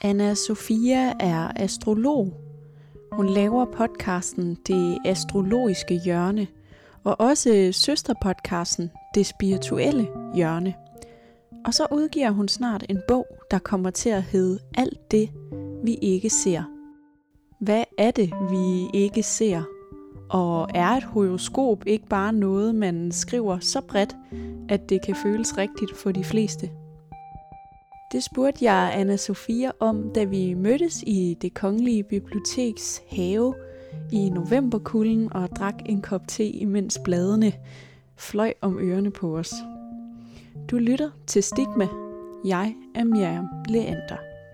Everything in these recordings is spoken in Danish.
Anna Sofia er astrolog. Hun laver podcasten Det Astrologiske Hjørne, og også søsterpodcasten Det Spirituelle Hjørne. Og så udgiver hun snart en bog, der kommer til at hedde Alt det, vi ikke ser. Hvad er det, vi ikke ser? Og er et horoskop ikke bare noget, man skriver så bredt, at det kan føles rigtigt for de fleste? Det spurgte jeg Anna Sofia om, da vi mødtes i Det Kongelige Biblioteks have i novemberkulden og drak en kop te, imens bladene fløj om ørerne på os. Du lytter til Stigma. Jeg er Miriam Leander.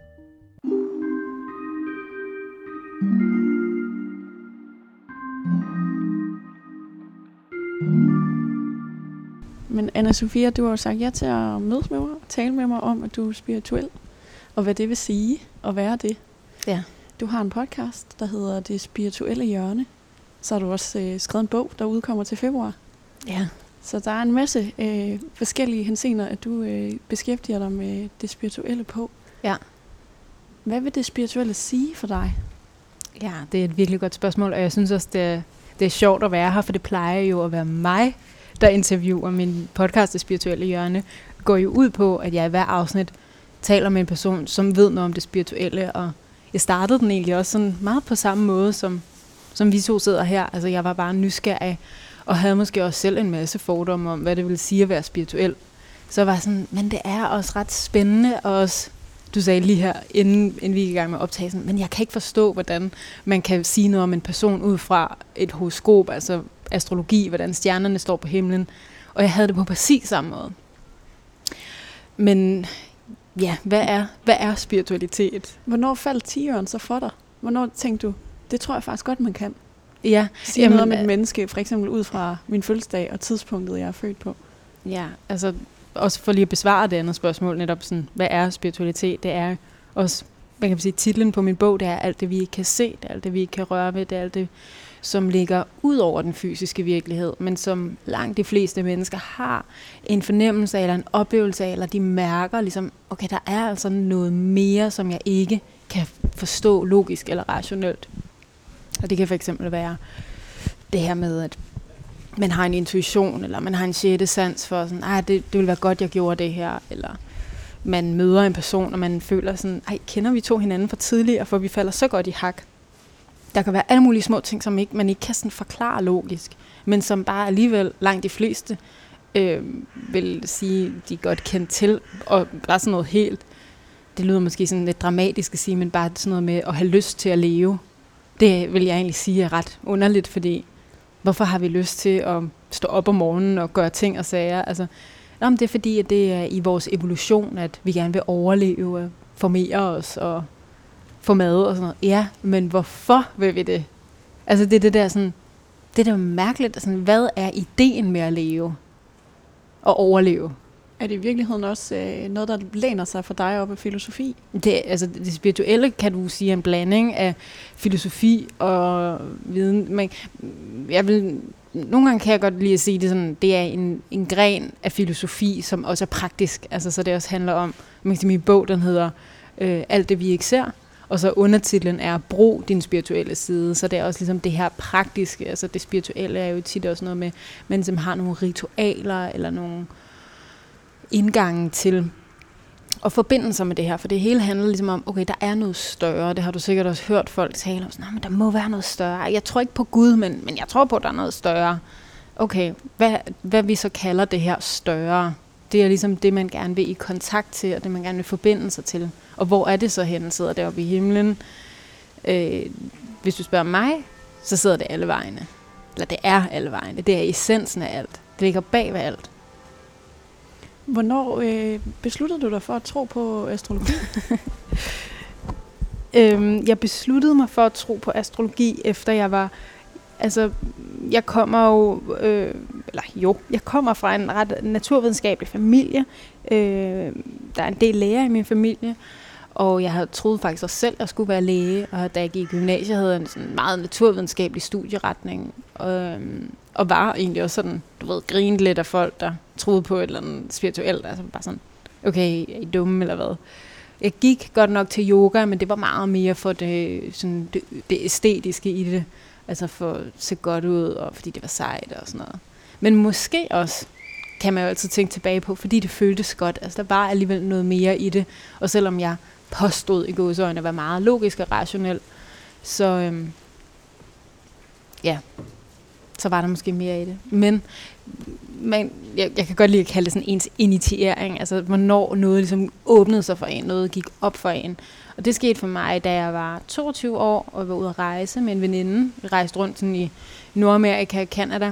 Men Anna Sofia, du har jo sagt ja til at mødes med mig og tale med mig om, at du er spirituel, og hvad det vil sige at være det. Ja. Du har en podcast, der hedder Det Spirituelle Hjørne. Så har du også skrevet en bog, der udkommer til februar. Ja. Så der er en masse forskellige henseender, at du beskæftiger dig med det spirituelle på. Ja. Hvad vil det spirituelle sige for dig? Ja, det er et virkelig godt spørgsmål, og jeg synes også, det er sjovt at være her, for det plejer jo at være mig, der interviewer. Min podcast Det Spirituelle Hjørne går jo ud på, at jeg i hver afsnit taler med en person, som ved noget om det spirituelle, og jeg startede den egentlig også sådan meget på samme måde, som vi to sidder her. Altså jeg var bare nysgerrig, og havde måske også selv en masse fordomme om, hvad det ville sige at være spirituel. Så jeg var sådan, men det er også ret spændende, og også, du sagde lige her, inden vi gik i gang med optagelsen, men jeg kan ikke forstå, hvordan man kan sige noget om en person ud fra et horoskop, altså astrologi, hvordan stjernerne står på himlen, og jeg havde det på præcis samme måde. Men ja, hvad er spiritualitet? Hvornår faldt tigeren så for dig? Hvornår tænkte du, det tror jeg faktisk godt, man kan? Ja, sige noget om et menneske, for eksempel ud fra min fødselsdag og tidspunktet, jeg er født på. Ja, altså også for lige at besvare det andet spørgsmål, netop sådan, hvad er spiritualitet? Det er også, man kan sige, titlen på min bog, det er alt det, vi ikke kan se, det er alt det, vi ikke kan røre ved, det er alt det, som ligger ud over den fysiske virkelighed, men som langt de fleste mennesker har en fornemmelse af, eller en oplevelse af, eller de mærker ligesom, okay, der er altså noget mere, som jeg ikke kan forstå logisk eller rationelt. Og det kan for eksempel være det her med, at man har en intuition, eller man har en sjette sans for sådan, det ville være godt, jeg gjorde det her, eller man møder en person, og man føler sådan, kender vi to hinanden for tidligere, for vi falder så godt i hak. Der kan være alle mulige små ting, som man ikke kan sådan forklare logisk, men som bare alligevel langt de fleste vil sige, de godt kendt til, og bare sådan noget helt, det lyder måske sådan lidt dramatisk at sige, men bare sådan noget med at have lyst til at leve. Det vil jeg egentlig sige er ret underligt, fordi hvorfor har vi lyst til at stå op om morgenen og gøre ting og sager? Altså, det er fordi, at det er i vores evolution, at vi gerne vil overleve og formere os og få mad og sådan noget. Ja, men hvorfor vil vi det? Altså det er det der sådan, det der mærkeligt. Sådan, hvad er ideen med at leve og overleve? Er det i virkeligheden også noget, der læner sig for dig op af filosofi? Det spirituelle, kan du sige, er en blanding af filosofi og viden. Men nogle gange kan jeg godt lide at sige det sådan, det er en gren af filosofi, som også er praktisk. Altså så det også handler om, man kan sige, min bog, den hedder Alt det, vi ikke ser. Og så undertitlen er Brug din spirituelle side. Så det er også ligesom det her praktiske. Altså det spirituelle er jo tit også noget med, man ligesom har nogle ritualer eller nogle indgangen til at forbinde sig med det her, for det hele handler ligesom om, okay, der er noget større, det har du sikkert også hørt folk tale om, sådan, men der må være noget større, jeg tror ikke på Gud, men jeg tror på, at der er noget større. Okay, hvad vi så kalder det her større, det er ligesom det, man gerne vil i kontakt til, og det man gerne vil forbinde sig til, og hvor er det så henne? Sidder det oppe i himlen? Hvis du spørger mig, så sidder det alle vejene, eller det er alle vejene, det er essensen af alt, det ligger bag ved alt. Hvornår besluttede du dig for at tro på astrologi? Jeg besluttede mig for at tro på astrologi, efter jeg var... Altså, jeg kommer jeg kommer fra en ret naturvidenskabelig familie. Der er en del læger i min familie, og jeg havde troet faktisk også selv, at jeg skulle være læge. Og da jeg gik i gymnasiet, havde jeg en sådan meget naturvidenskabelig studieretning. Og var egentlig også sådan, grinede lidt af folk, der troede på et eller andet spirituelt. Altså bare sådan, okay, er I dumme eller hvad? Jeg gik godt nok til yoga, men det var meget mere for det æstetiske i det. Altså for at se godt ud, og fordi det var sejt og sådan noget. Men måske også, kan man jo altid tænke tilbage på, fordi det føltes godt. Altså der var alligevel noget mere i det. Og selvom jeg påstod i gåseøjne at være meget logisk og rationel, så så var der måske mere i det. Men jeg kan godt lide at kalde det sådan ens initiering, altså hvornår noget ligesom åbnede sig for en, noget gik op for en. Og det skete for mig, da jeg var 22 år, og var ude at rejse med en veninde. Vi rejste rundt sådan i Nordamerika og Canada.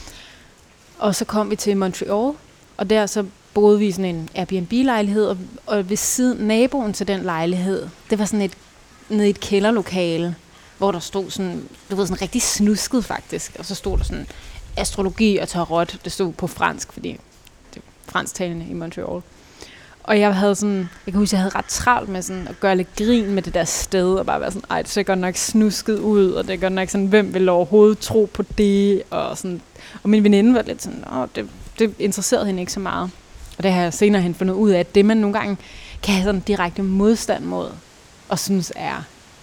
Og så kom vi til Montreal, og der så boede vi i sådan en Airbnb-lejlighed, og ved siden naboen til den lejlighed, det var sådan nede i et kælderlokale, hvor der stod sådan, sådan rigtig snusket faktisk, og så stod der sådan astrologi og tarot, det stod på fransk, fordi det er fransktalende i Montreal. Og jeg kan huske, jeg havde ret travlt med sådan at gøre lidt grin med det der sted, og bare være sådan, ej, det ser godt nok snusket ud, og det er godt nok sådan, hvem vil overhovedet tro på det, og sådan. Og min veninde var lidt sådan, det interesserede hende ikke så meget. Og det har jeg senere hen fundet ud af, at det man nogle gange kan have sådan direkte modstand mod, og synes er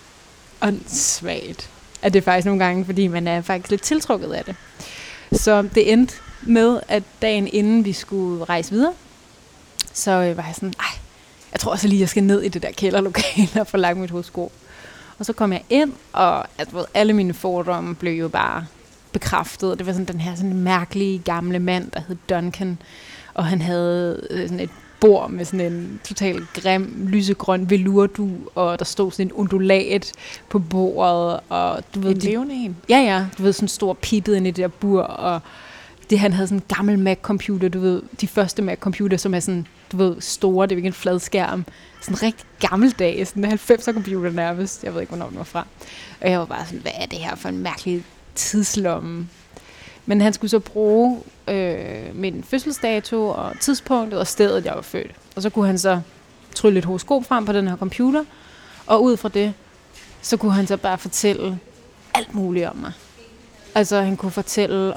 åndssvagt, at det er faktisk nogle gange, fordi man er faktisk lidt tiltrukket af det. Så det endte med, at dagen inden vi skulle rejse videre, så var jeg sådan, jeg tror også lige, jeg skal ned i det der kælderlokale og få lagt mit horoskop. Og så kom jeg ind, og alle mine fordomme blev jo bare bekræftet. Det var sådan den her sådan mærkelige gamle mand, der hed Duncan, og han havde sådan et bord med sådan en total grim, lysegrøn velurdu, og der stod sådan en undulat på bordet, og du ved, en levende en? Ja, du ved, sådan stor pittet ind i det der bur, og han havde sådan en gammel Mac-computer, du ved, de første Mac-computer, som er sådan, du ved, store, det er ikke en flad skærm, sådan rigtig gammeldags, sådan en 90'er-computer nærmest, jeg ved ikke, hvornår den var fra. Og jeg var bare sådan, hvad er det her for en mærkelig tidslomme? Men han skulle så bruge min fødselsdato og tidspunktet og stedet, jeg var født. Og så kunne han så trylle et horoskop frem på den her computer, og ud fra det, så kunne han så bare fortælle alt muligt om mig. Altså han kunne fortælle,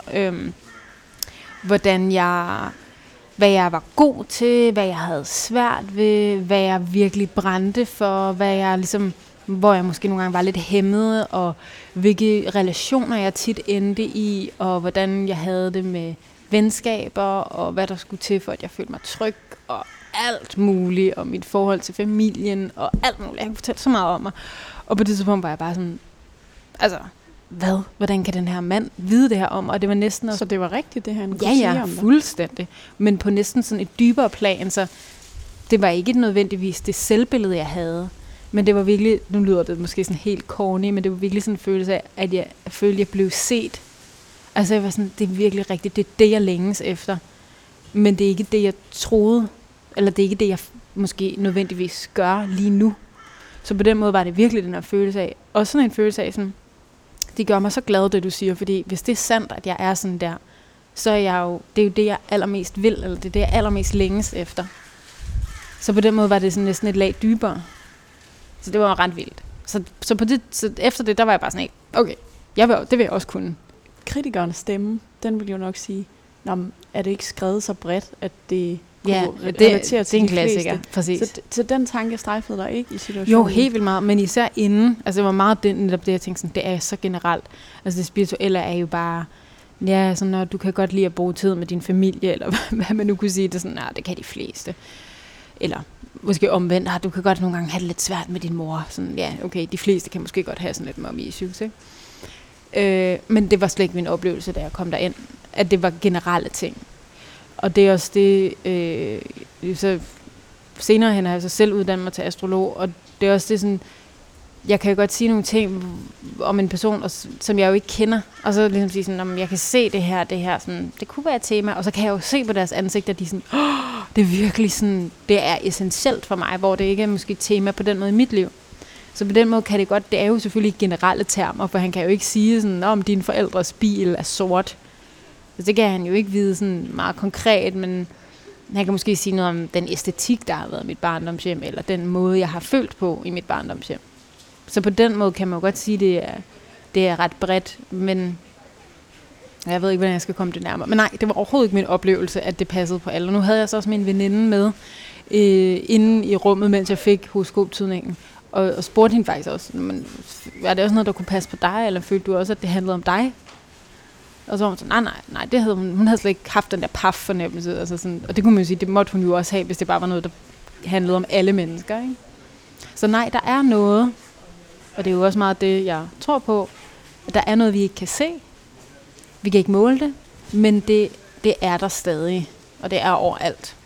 hvad jeg var god til, hvad jeg havde svært ved, hvad jeg virkelig brændte for, hvor jeg måske nogle gange var lidt hæmmet, og hvilke relationer jeg tit endte i, og hvordan jeg havde det med venskaber, og hvad der skulle til, for at jeg følte mig tryg, og alt muligt, og mit forhold til familien, og alt muligt. Jeg kunne fortælle så meget om mig. Og på det tidspunkt var jeg bare sådan, altså, hvordan kan den her mand vide det her om? Og det var næsten også, så det var rigtigt, det han kunne sige om det? Ja, fuldstændig. Men på næsten sådan et dybere plan, så det var ikke nødvendigvis det selvbillede, jeg havde. Men det var virkelig, nu lyder det måske sådan helt corny, men det var virkelig sådan en følelse af, at jeg følte, at jeg blev set. Altså jeg var sådan, det er virkelig rigtigt, det er det, jeg længes efter. Men det er ikke det, jeg troede, eller det er ikke det, jeg måske nødvendigvis gør lige nu. Så på den måde var det virkelig den her følelse af, og sådan en følelse af sådan, det gør mig så glad, det du siger, fordi hvis det er sandt, at jeg er sådan der, så er jeg jo, det er jo det, jeg allermest vil, eller det er det, jeg allermest længes efter. Så på den måde var det sådan næsten et lag dybere. Så det var ret vildt. Så efter det, der var jeg bare sådan, okay, det vil jeg også kunne. Kritikernes stemme, den vil jo nok sige, er det ikke skrevet så bredt, at det relaterer til en klassiker. Præcis. Så den tanke strejfede dig ikke i situationen? Jo, helt vildt meget, men især inden, altså det var meget det, jeg tænkte sådan, det er så generelt. Altså det spirituelle er jo bare, ja, sådan når du kan godt lide at bruge tid med din familie, eller hvad man nu kunne sige, det er sådan, det kan de fleste. Eller måske omvendt, du kan godt nogle gange have det lidt svært med din mor. Sådan, ja, okay, de fleste kan måske godt have sådan lidt mommy issues, ikke? Men det var slet ikke min oplevelse, da jeg kom derind, at det var generelle ting. Og det er også det, så senere hen har jeg så selv uddannet mig til astrolog, og det er også det sådan, jeg kan jo godt sige nogle ting om en person, som jeg jo ikke kender, og så ligesom sige sådan, jeg kan se det her, sådan, det kunne være et tema, og så kan jeg jo se på deres ansigt, at de sådan, det er virkelig sådan, det er essentielt for mig, hvor det ikke er måske et tema på den måde i mit liv. Så på den måde kan det godt, det er jo selvfølgelig generelle termer, for han kan jo ikke sige sådan, om din forældres bil er sort. Så det kan han jo ikke vide sådan meget konkret, men han kan måske sige noget om den æstetik, der har været i mit barndomshjem, eller den måde, jeg har følt på i mit barndomshjem. Så på den måde kan man jo godt sige, at det er ret bredt, men jeg ved ikke, hvordan jeg skal komme det nærmere. Men nej, det var overhovedet ikke min oplevelse, at det passede på alle. Og nu havde jeg så også min veninde med inde i rummet, mens jeg fik horoskoptydningen. Og spurgte hende faktisk også, men var det også noget, der kunne passe på dig, eller følte du også, at det handlede om dig? Og så var hun sådan, nej, det havde hun havde slet ikke haft den der paf-fornemmelse. Altså sådan, og det kunne man jo sige, det måtte hun jo også have, hvis det bare var noget, der handlede om alle mennesker. Ikke? Så nej, der er noget, og det er jo også meget det, jeg tror på, at der er noget, vi ikke kan se. Vi kan ikke måle det, men det er der stadig, og det er overalt.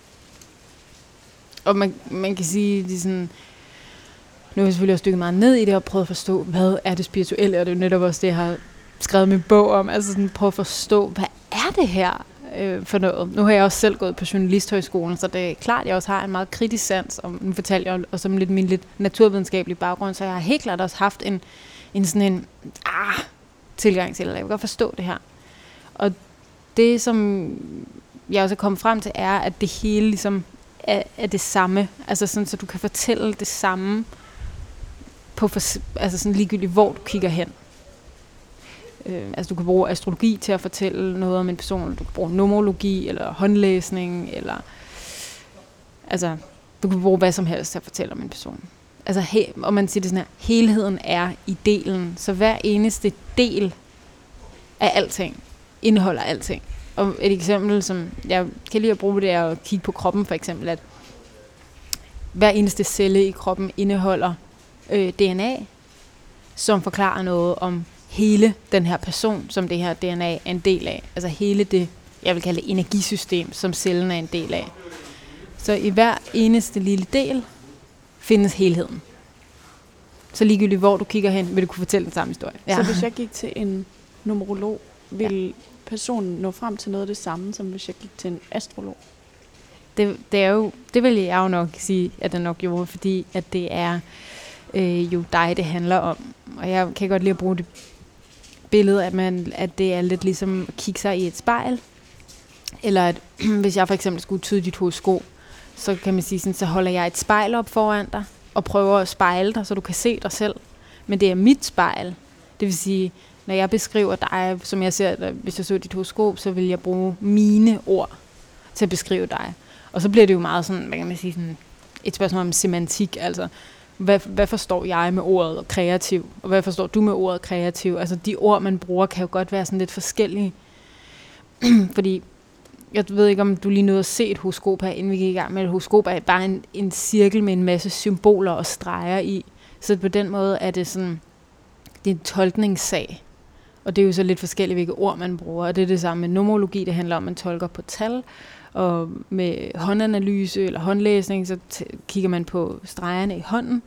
Og man kan sige, de sådan, nu har jeg selvfølgelig også dykket meget ned i det og prøvet at forstå, hvad er det spirituelle, og det er jo netop også det, jeg har skrevet min bog om, altså sådan prøve at forstå, hvad er det her for noget? Nu har jeg også selv gået på Journalisthøjskolen, så det er klart, at jeg også har en meget kritisk sans, og nu fortæller jeg også om min lidt naturvidenskabelige baggrund, så jeg har helt klart også haft en sådan en tilgang til det. Jeg vil godt forstå det her. Og det, som jeg også er kommet frem til, er, at det hele ligesom er det samme. Altså sådan, så du kan fortælle det samme på altså sådan ligegyldigt, hvor du kigger hen. Altså du kan bruge astrologi til at fortælle noget om en person, du kan bruge numerologi, eller håndlæsning, eller altså du kan bruge hvad som helst til at fortælle om en person. Altså og man siger det sådan her, helheden er i delen, så hver eneste del af alting indeholder alting. Og et eksempel, som jeg kan lide at bruge, det er at kigge på kroppen for eksempel, at hver eneste celle i kroppen indeholder DNA, som forklarer noget om hele den her person, som det her DNA er en del af. Altså hele det, jeg vil kalde det energisystem, som cellen er en del af. Så i hver eneste lille del findes helheden. Så ligegyldigt hvor du kigger hen, vil du kunne fortælle den samme historie. Ja. Så hvis jeg gik til en numerolog, vil personen nå frem til noget af det samme, som hvis jeg gik til en astrolog? Det vil jeg jo nok sige, at det nok gjorde, fordi at det er jo dig, det handler om. Og jeg kan godt lide at bruge det billede, at det er lidt ligesom at kigge sig i et spejl. Eller at hvis jeg for eksempel skulle tyde dit horoskop, så kan man sige sådan, så holder jeg et spejl op foran dig, og prøver at spejle dig, så du kan se dig selv. Men det er mit spejl. Det vil sige, når jeg beskriver dig, som jeg ser, hvis jeg så dit horoskop, så vil jeg bruge mine ord til at beskrive dig. Og så bliver det jo meget sådan, hvad kan man sige, sådan et spørgsmål om semantik, altså hvad forstår jeg med ordet kreativ, og hvad forstår du med ordet kreativ? Altså de ord, man bruger, kan jo godt være sådan lidt forskellige. Fordi, jeg ved ikke, om du lige nåede at se et horoskop her, inden vi gik i gang med et horoskop, er bare en cirkel med en masse symboler og streger i. Så på den måde er det sådan, det er en tolkningssag. Og det er jo så lidt forskelligt, hvilke ord man bruger. Og det er det samme med numerologi, det handler om, at man tolker på tal. Og med håndanalyse eller håndlæsning, så kigger man på stregerne i hånden.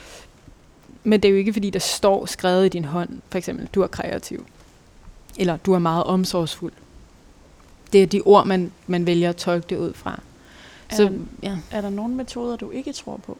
Men det er jo ikke, fordi der står skrevet i din hånd, for eksempel, du er kreativ. Eller du er meget omsorgsfuld. Det er de ord, man vælger at tolke det ud fra. Er der nogle metoder, du ikke tror på?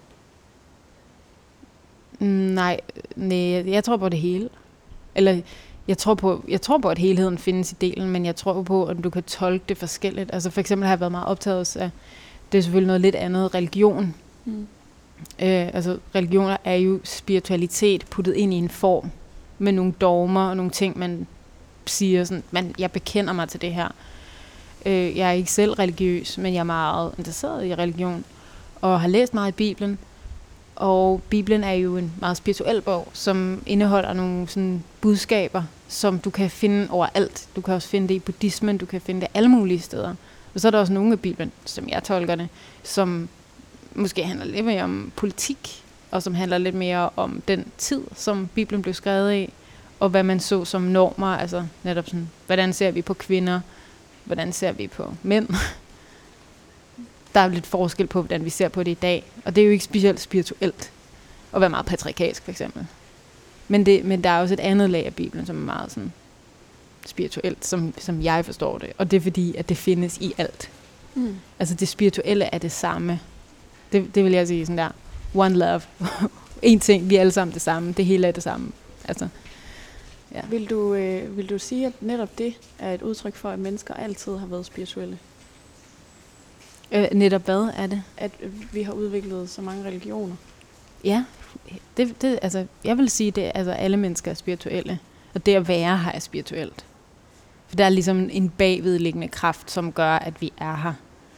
Nej, jeg tror på det hele. Eller jeg tror på, at helheden findes i delen, men jeg tror på, at du kan tolke det forskelligt. Altså for eksempel har jeg været meget optaget af, det er selvfølgelig noget lidt andet, religion. Altså religioner er jo spiritualitet puttet ind i en form, med nogle dogmer og nogle ting, man siger sådan, jeg bekender mig til det her. Jeg er ikke selv religiøs, men jeg er meget interesseret i religion, og har læst meget i Bibelen. Og Bibelen er jo en meget spirituel bog, som indeholder nogle sådan budskaber, som du kan finde overalt. Du kan også finde det i buddhismen, du kan finde det alle mulige steder. Og så er der også nogle af Bibelen, som jeg tolker det, som måske handler lidt mere om politik, og som handler lidt mere om den tid, som Bibelen blev skrevet i, og hvad man så som normer, altså netop sådan, hvordan ser vi på kvinder, hvordan ser vi på mænd. Der er lidt forskel på, hvordan vi ser på det i dag. Og det er jo ikke specielt spirituelt at være meget patriarkalsk, for eksempel. Men der er også et andet lag af Bibelen, som er meget sådan spirituelt, som jeg forstår det. Og det er fordi, at det findes i alt. Altså det spirituelle er det samme. Det vil jeg sige sådan der. One love. En ting, vi er alle sammen det samme. Det hele er det samme. Altså, ja. Vil du sige, at netop det er et udtryk for, at mennesker altid har været spirituelle? Netop hvad er det? At vi har udviklet så mange religioner. Ja, altså, jeg vil sige, at altså, alle mennesker er spirituelle. Og det at være her er spirituelt. For der er ligesom en bagvedliggende kraft, som gør, at vi er her.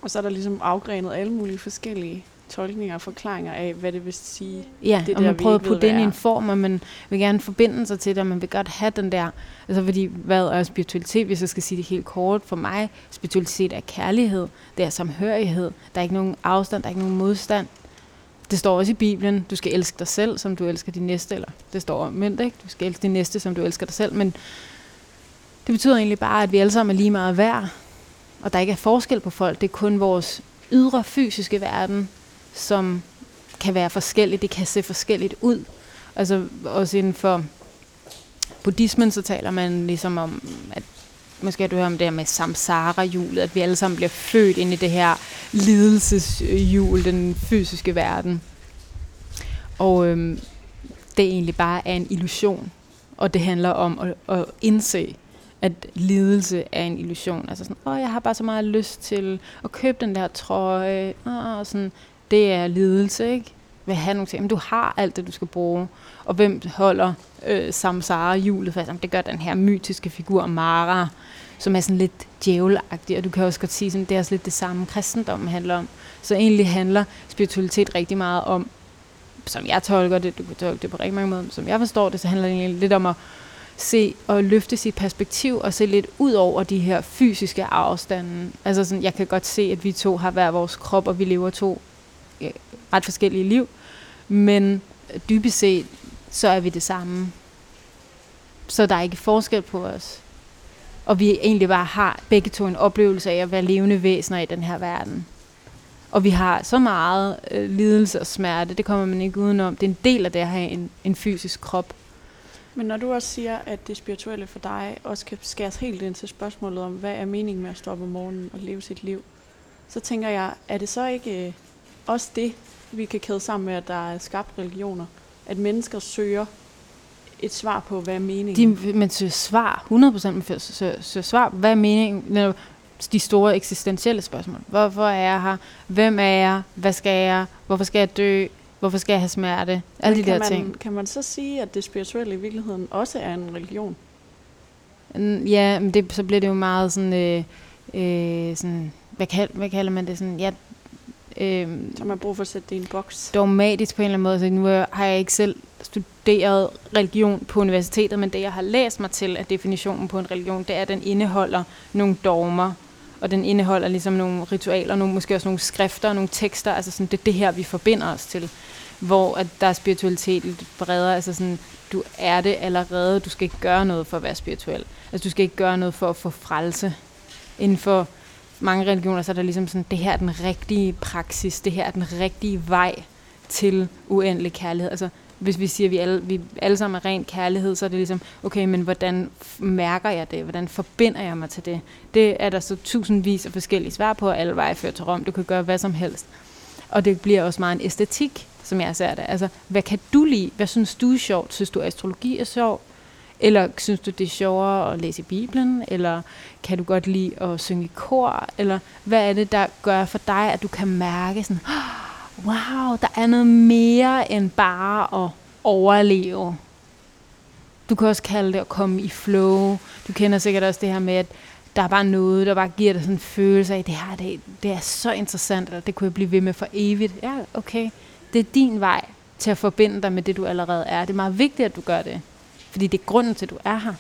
Og så er der ligesom afgrenet alle mulige forskellige tolkninger og forklaringer af, hvad det vil sige. Ja, det og der, man prøver at putte det ind i er. en form, og man vil gerne forbinde sig til det, og man vil godt have den der, altså fordi, hvad er spiritualitet, hvis jeg skal sige det helt kort for mig? Spiritualitet er kærlighed, det er samhørighed, der er ikke nogen afstand, der er ikke nogen modstand. Det står også i Bibelen, du skal elske dig selv, som du elsker din næste, eller det står omvendt, ikke? Du skal elske din næste, som du elsker dig selv, men det betyder egentlig bare, at vi alle sammen er lige meget værd, og der ikke er forskel på folk, det er kun vores ydre fysiske verden, som kan være forskelligt, det kan se forskelligt ud. Altså også inden for buddhismen, så taler man ligesom om, at måske har du hørt om det her med samsara-hjulet, at vi alle sammen bliver født ind i det her lidelseshjul, den fysiske verden. Og det egentlig bare er en illusion, og det handler om at indse, at lidelse er en illusion. Altså sådan, jeg har bare så meget lyst til at købe den der trøje, og sådan, det er lidelse, ikke? Vil have nogle ting. Men du har alt det, du skal bruge. Og hvem holder samsara-hjulet fast? Det gør den her mytiske figur Mara, som er sådan lidt djævelagtig. Og du kan også godt sige, at det er også lidt det samme, kristendommen handler om. Så egentlig handler spiritualitet rigtig meget om, som jeg tolker det, du kan tolke det på rigtig mange måder, som jeg forstår det, så handler det egentlig lidt om at se og løfte sit perspektiv og se lidt ud over de her fysiske afstande. Altså sådan, jeg kan godt se, at vi to har hver vores krop, og vi lever to ret forskellige liv, men dybest set, så er vi det samme. Så der er ikke forskel på os. Og vi egentlig bare har begge to en oplevelse af at være levende væsener i den her verden. Og vi har så meget lidelse og smerte, det kommer man ikke udenom. Det er en del af det at have en fysisk krop. Men når du også siger, at det spirituelle for dig også kan skæres helt ind til spørgsmålet om, hvad er meningen med at stå op om morgenen og leve sit liv, så tænker jeg, er det så ikke også det, vi kan kæde sammen med, at der er skabt religioner? At mennesker søger et svar på, hvad er meningen? Man søger svar, 100%, man søger svar, hvad er meningen? De store eksistentielle spørgsmål. Hvorfor er jeg her? Hvem er jeg? Hvad skal jeg? Hvorfor skal jeg dø? Hvorfor skal jeg have smerte? Alle de der ting. Kan man så sige, at det spirituelle i virkeligheden også er en religion? Ja, men så bliver det jo meget sådan, sådan hvad kalder man det? Sådan, ja, så man brug for at sætte det i en boks. Dogmatisk på en eller anden måde. Så nu har jeg ikke selv studeret religion på universitetet, men det jeg har læst mig til af definitionen på en religion, det er, at den indeholder nogle dogmer, og den indeholder ligesom nogle ritualer, måske også nogle skrifter, nogle tekster, altså sådan, det er det her, vi forbinder os til, hvor at der er spiritualitet lidt bredere, altså sådan, du er det allerede, du skal ikke gøre noget for at være spirituel, altså du skal ikke gøre noget for at få frelse. Inden for mange religioner, så er der ligesom sådan, det her er den rigtige praksis, det her er den rigtige vej til uendelig kærlighed. Altså, hvis vi siger, at vi alle sammen er ren kærlighed, så er det ligesom, okay, men hvordan mærker jeg det? Hvordan forbinder jeg mig til det? Det er der så tusindvis af forskellige svar på, og alle veje fører til Rom. Du kan gøre hvad som helst. Og det bliver også meget en æstetik, som jeg ser det. Altså, hvad kan du lide? Hvad synes du er sjovt? Synes du, astrologi er sjovt? Eller synes du, det er sjovere at læse i Bibelen? Eller kan du godt lide at synge i kor? Eller hvad er det, der gør for dig, at du kan mærke sådan, wow, der er noget mere end bare at overleve. Du kan også kalde det at komme i flow. Du kender sikkert også det her med, at der er bare noget, der bare giver dig sådan en følelse af, det er så interessant, eller det kunne jeg blive ved med for evigt. Ja, okay. Det er din vej til at forbinde dig med det, du allerede er. Det er meget vigtigt, at du gør det. Fordi det er grunden til, at du er her.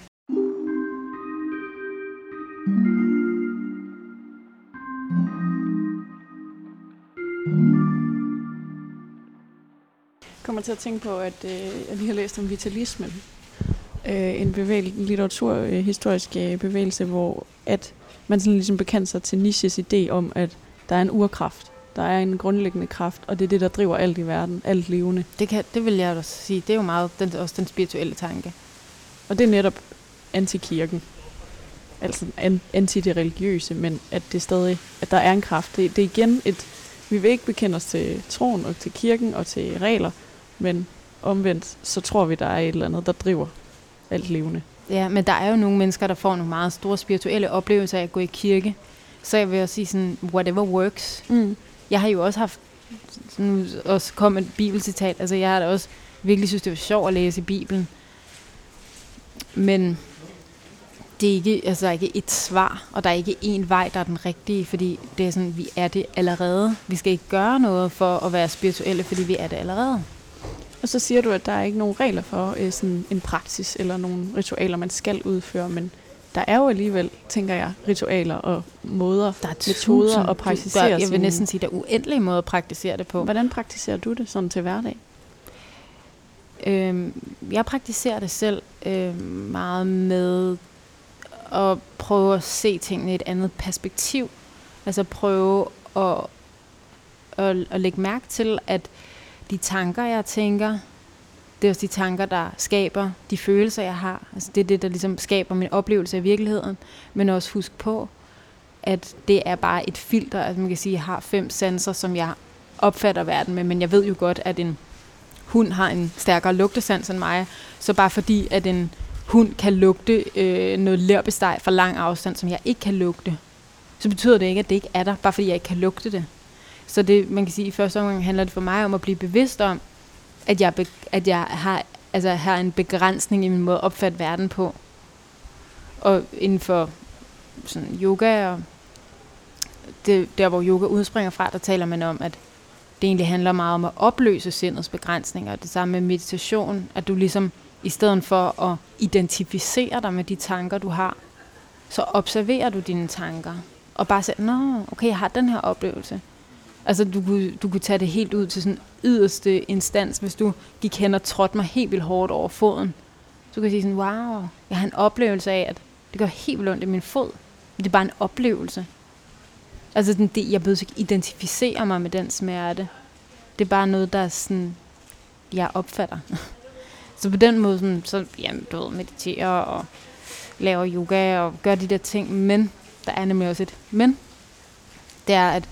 Jeg kommer til at tænke på, at jeg lige har læst om vitalismen. En litteraturhistorisk bevægelse, hvor at man sådan ligesom bekendte sig til Nietzsches idé om, at der er en urkraft. Der er en grundlæggende kraft, og det er det, der driver alt i verden, alt levende. Det vil jeg også sige. Det er jo meget også den spirituelle tanke. Og det er netop antikirken. Altså anti det religiøse, men at det stadig, at der er en kraft. Det er igen vi vil ikke bekende os til troen og til kirken og til regler, men omvendt, så tror vi, der er et eller andet, der driver alt levende. Ja, men der er jo nogle mennesker, der får nogle meget store spirituelle oplevelser af at gå i kirke. Så jeg vil også sige sådan, whatever works. Mm. Jeg har jo også haft, nu også kom et bibelcitat, altså jeg har da også virkelig synes, det var sjovt at læse i Bibelen. Men Det er ikke, altså, ikke et svar, og der er ikke én vej, der er den rigtige, fordi det er sådan, vi er det allerede. Vi skal ikke gøre noget for at være spirituelle, fordi vi er det allerede. Og så siger du, at der er ikke nogen regler for sådan en praksis eller nogle ritualer, man skal udføre, men der er jo alligevel, tænker jeg, ritualer og måder, der er metoder at praktisere. Jeg vil næsten sige, der er uendelige måder at praktisere det på. Hvordan praktiserer du det sådan til hverdag? Jeg praktiserer det selv meget med at prøve at se tingene i et andet perspektiv. Altså prøve at lægge mærke til, at de tanker, jeg tænker, det er også de tanker, der skaber de følelser, jeg har. Altså det er det, der ligesom skaber min oplevelse af virkeligheden. Men også husk på, at det er bare et filter. Altså man kan sige, at jeg har 5 sanser, som jeg opfatter verden med. Men jeg ved jo godt, at en hund har en stærkere lugtesans end mig. Så bare fordi, at en hund kan lugte noget leverpostej fra lang afstand, som jeg ikke kan lugte, så betyder det ikke, at det ikke er der, bare fordi jeg ikke kan lugte det. Så det, man kan sige, i første omgang handler det for mig om at blive bevidst om, at jeg har en begrænsning i min måde at opfatte verden på. Og inden for sådan yoga, og der hvor yoga udspringer fra, der taler man om, at det egentlig handler meget om at opløse sindets begrænsninger. Det samme med meditation, at du ligesom, i stedet for at identificere dig med de tanker, du har, så observerer du dine tanker. Og bare siger, nå, okay, jeg har den her oplevelse. Altså, du kunne tage det helt ud til sådan yderste instans, hvis du gik hen og trådte mig helt vildt hårdt over foden. Så kan jeg sige sådan, wow, jeg har en oplevelse af, at det gør helt vildt ondt i min fod. Men det er bare en oplevelse. Altså, jeg behøver ikke identificere mig med den smerte. Det er bare noget, der er sådan, jeg opfatter. Så på den måde, sådan, så du ved, mediterer og laver yoga og gør de der ting. Men, der er nemlig også et men. Det er, at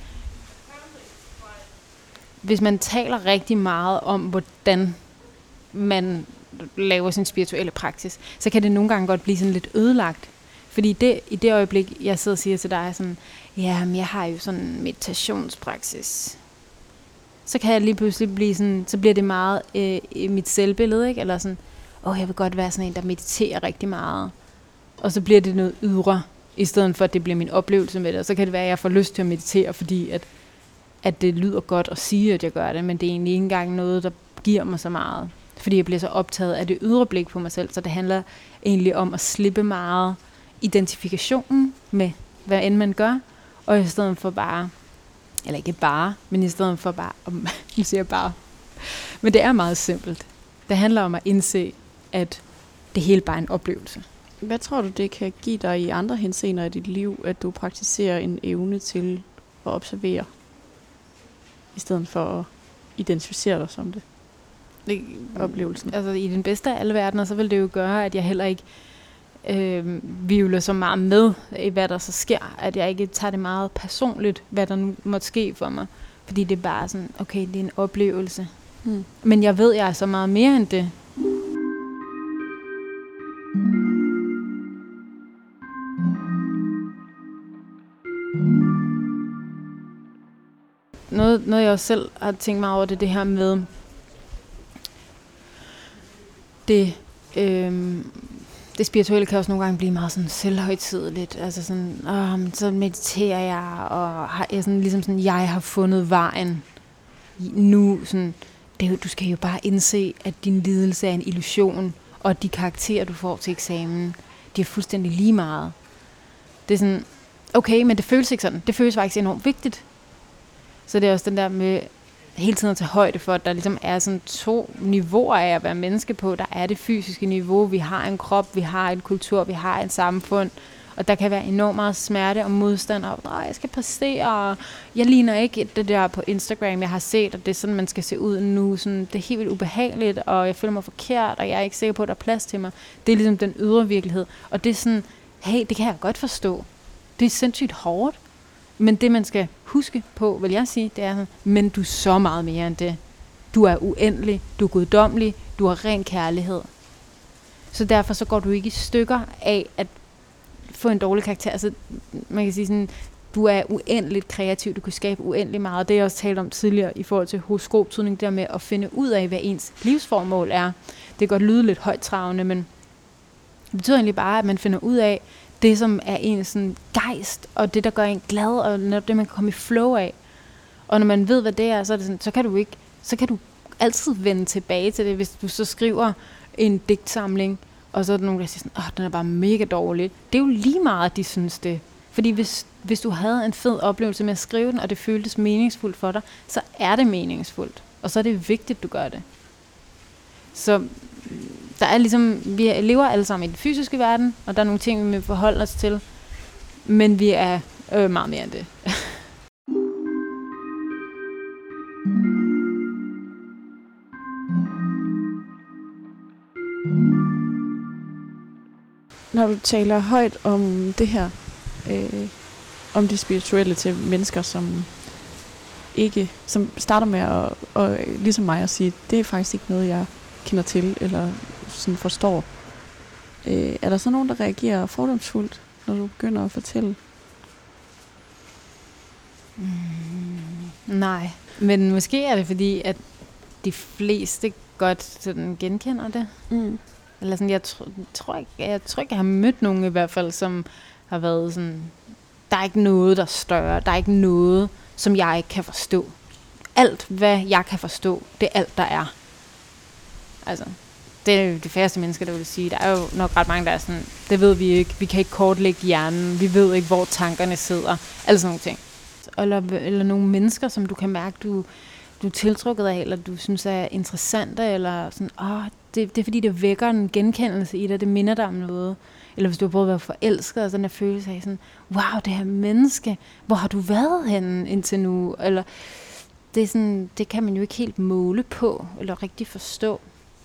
hvis man taler rigtig meget om, hvordan man laver sin spirituelle praksis, så kan det nogle gange godt blive sådan lidt ødelagt. Fordi i det øjeblik, jeg sidder og siger til dig sådan, ja, men jeg har jo sådan en meditationspraksis, så kan jeg lige pludselig blive sådan, så bliver det meget i mit selvbillede, ikke? Eller sådan, jeg vil godt være sådan en, der mediterer rigtig meget. Og så bliver det noget ydre, i stedet for, at det bliver min oplevelse med det. Og så kan det være, at jeg får lyst til at meditere, fordi at det lyder godt at sige, at jeg gør det, men det er egentlig ikke engang noget, der giver mig så meget. Fordi jeg bliver så optaget af det ydre blik på mig selv, så det handler egentlig om at slippe meget identifikationen med, hvad end man gør, og i stedet for bare, eller ikke bare, men i stedet for bare, nu siger jeg bare, men det er meget simpelt. Det handler om at indse, at det hele bare er en oplevelse. Hvad tror du, det kan give dig i andre henseender i dit liv, at du praktiserer en evne til at observere, i stedet for at identificere dig som det? Oplevelsen. Altså i den bedste af alle verdener, så vil det jo gøre, at jeg heller ikke vivler så meget med i, hvad der så sker. At jeg ikke tager det meget personligt, hvad der nu måtte ske for mig. Fordi det er bare sådan, okay, det er en oplevelse. Men jeg ved, jeg er så meget mere end det. Noget jeg også selv har tænkt mig over, det her med det spirituelle kan også nogle gange blive meget sådan selvhøjtideligt. Altså sådan, så mediterer jeg, og har jeg sådan ligesom sådan, jeg har fundet vejen. Nu sådan, du skal jo bare indse, at din lidelse er en illusion, og at de karakterer, du får til eksamen, de er fuldstændig lige meget. Det er sådan, okay, men det føles ikke sådan. Det føles faktisk enormt vigtigt. Så det er også den der med hele tiden at tage højde for, at der ligesom er sådan 2 niveauer af at være menneske på. Der er det fysiske niveau, vi har en krop, vi har en kultur, vi har et samfund, og der kan være enormt meget smerte og modstand, og jeg skal præstere, og jeg ligner ikke det der på Instagram, jeg har set, og det er sådan, man skal se ud nu. Sådan, det er helt vildt ubehageligt, og jeg føler mig forkert, og jeg er ikke sikker på, at der er plads til mig. Det er ligesom den ydre virkelighed, og det er sådan, hey, det kan jeg godt forstå. Det er sindssygt hårdt. Men det, man skal huske på, vil jeg sige, det er, men du er så meget mere end det. Du er uendelig, du er guddommelig, du har ren kærlighed. Så derfor så går du ikke i stykker af at få en dårlig karakter. Altså, man kan sige sådan, du er uendeligt kreativ, du kan skabe uendelig meget. Det jeg også talte om tidligere i forhold til horoskoptydning, der med at finde ud af, hvad ens livsformål er. Det kan godt lyde lidt højtravende, men Det betyder egentlig bare, at man finder ud af det, som er en sådan gejst, og det, der gør en glad, og det, man kan komme i flow af. Og når man ved, hvad det er, så er det sådan, så kan du altid vende tilbage til det, hvis du så skriver en digtsamling, og så er der nogen, der siger sådan, den er bare mega dårlig. Det er jo lige meget, at de synes det. Fordi hvis du havde en fed oplevelse med at skrive den, og det føltes meningsfuldt for dig, så er det meningsfuldt. Og så er det vigtigt, du gør det. Så der er ligesom, vi lever alle sammen i den fysiske verden, og der er nogle ting, vi må forholde os til, men vi er meget mere end det. Når du taler højt om det her, om det spirituelle til mennesker, som starter med at ligesom mig at sige, det er faktisk ikke noget, jeg kender til, eller sådan forstår. Er der så nogen, der reagerer fordomsfuldt, når du begynder at fortælle? Nej, men måske er det fordi, at de fleste godt sådan genkender det. Eller sådan, jeg tror ikke, jeg har mødt nogen i hvert fald, som har været sådan, der er ikke noget, der er større, der er ikke noget, som jeg ikke kan forstå. Alt, hvad jeg kan forstå, det er alt, der er. Altså, det er jo de færreste mennesker, der vil sige. Der er jo nok ret mange, der er sådan, det ved vi ikke, vi kan ikke kortlægge hjernen, vi ved ikke, hvor tankerne sidder, alle sådan nogle ting. Eller nogle mennesker, som du kan mærke, du er tiltrukket af, eller du synes er interessante, eller sådan, det er fordi, det vækker en genkendelse i dig, det minder dig om noget. Eller hvis du har prøvet at være forelsket, og sådan en følelse af sådan, wow, det her menneske, hvor har du været henne indtil nu? Eller det er sådan, det kan man jo ikke helt måle på, eller rigtig forstå.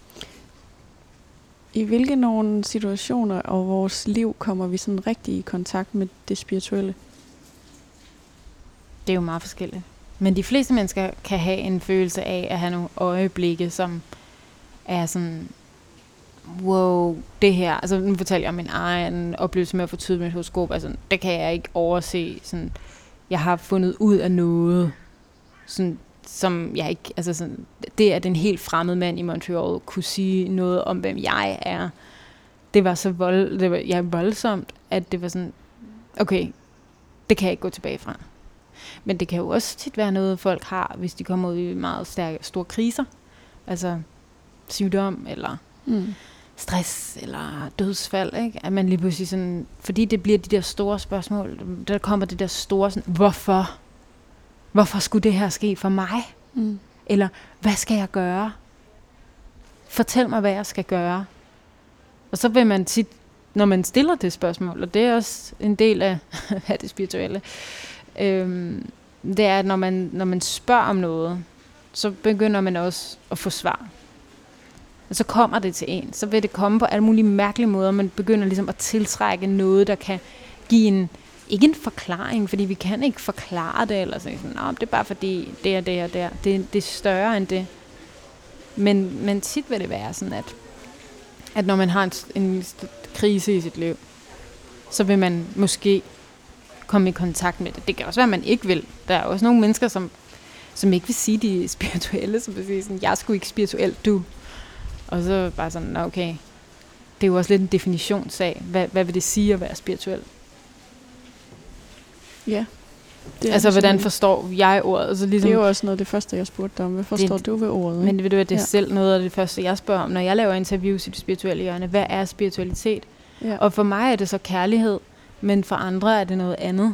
I hvilke nogle situationer af vores liv kommer vi sådan rigtig i kontakt med det spirituelle? Det er jo meget forskelligt. Men de fleste mennesker kan have en følelse af at have nogle øjeblikke, som er sådan, wow, det her. Altså nu fortæller jeg om min egen oplevelse med at få tydet mit horoskop. Altså, det kan jeg ikke overse. Sådan, jeg har fundet ud af noget, sådan, som jeg ikke, altså sådan, det at en helt fremmed mand i Montreal kunne sige noget om, hvem jeg er. Det var så voldsomt, at det var sådan, okay, det kan jeg ikke gå tilbage fra. Men det kan jo også tit være noget, folk har, hvis de kommer ud i meget store kriser. Altså sygdom, eller stress, eller dødsfald. Ikke? At man lige pludselig sådan, fordi det bliver de der store spørgsmål, der kommer det der store sådan, hvorfor? Hvorfor skulle det her ske for mig? Eller, hvad skal jeg gøre? Fortæl mig, hvad jeg skal gøre. Og så vil man tit, når man stiller det spørgsmål, og det er også en del af det spirituelle, det er, at når man spørger om noget, så begynder man også at få svar. Og så kommer det til en. Så vil det komme på alle mulige mærkelige måder. Man begynder ligesom at tiltrække noget, der kan give ikke en forklaring, fordi vi kan ikke forklare det, eller sådan, det er bare fordi det er det og det er. Det er større end det. Men tit vil det være sådan, at når man har en krise i sit liv, så vil man måske komme i kontakt med det. Det kan også være, at man ikke vil. Der er også nogle mennesker, som ikke vil sige, de er spirituelle, som vil sige sådan, jeg er sgu ikke spirituel, du. Og så bare sådan, okay, det er jo også lidt en definitionssag. Hvad vil det sige at være spirituel? Ja. Altså, hvordan forstår jeg ordet? Altså, ligesom, det er jo også noget af det første, jeg spurgte dig om. Hvad forstår du ved ordet? Men ved du, at det er selv noget af det første, jeg spørger om, når jeg laver interviews i det spirituelle hjørne. Hvad er spiritualitet? Ja. Og for mig er det så kærlighed, men for andre er det noget andet.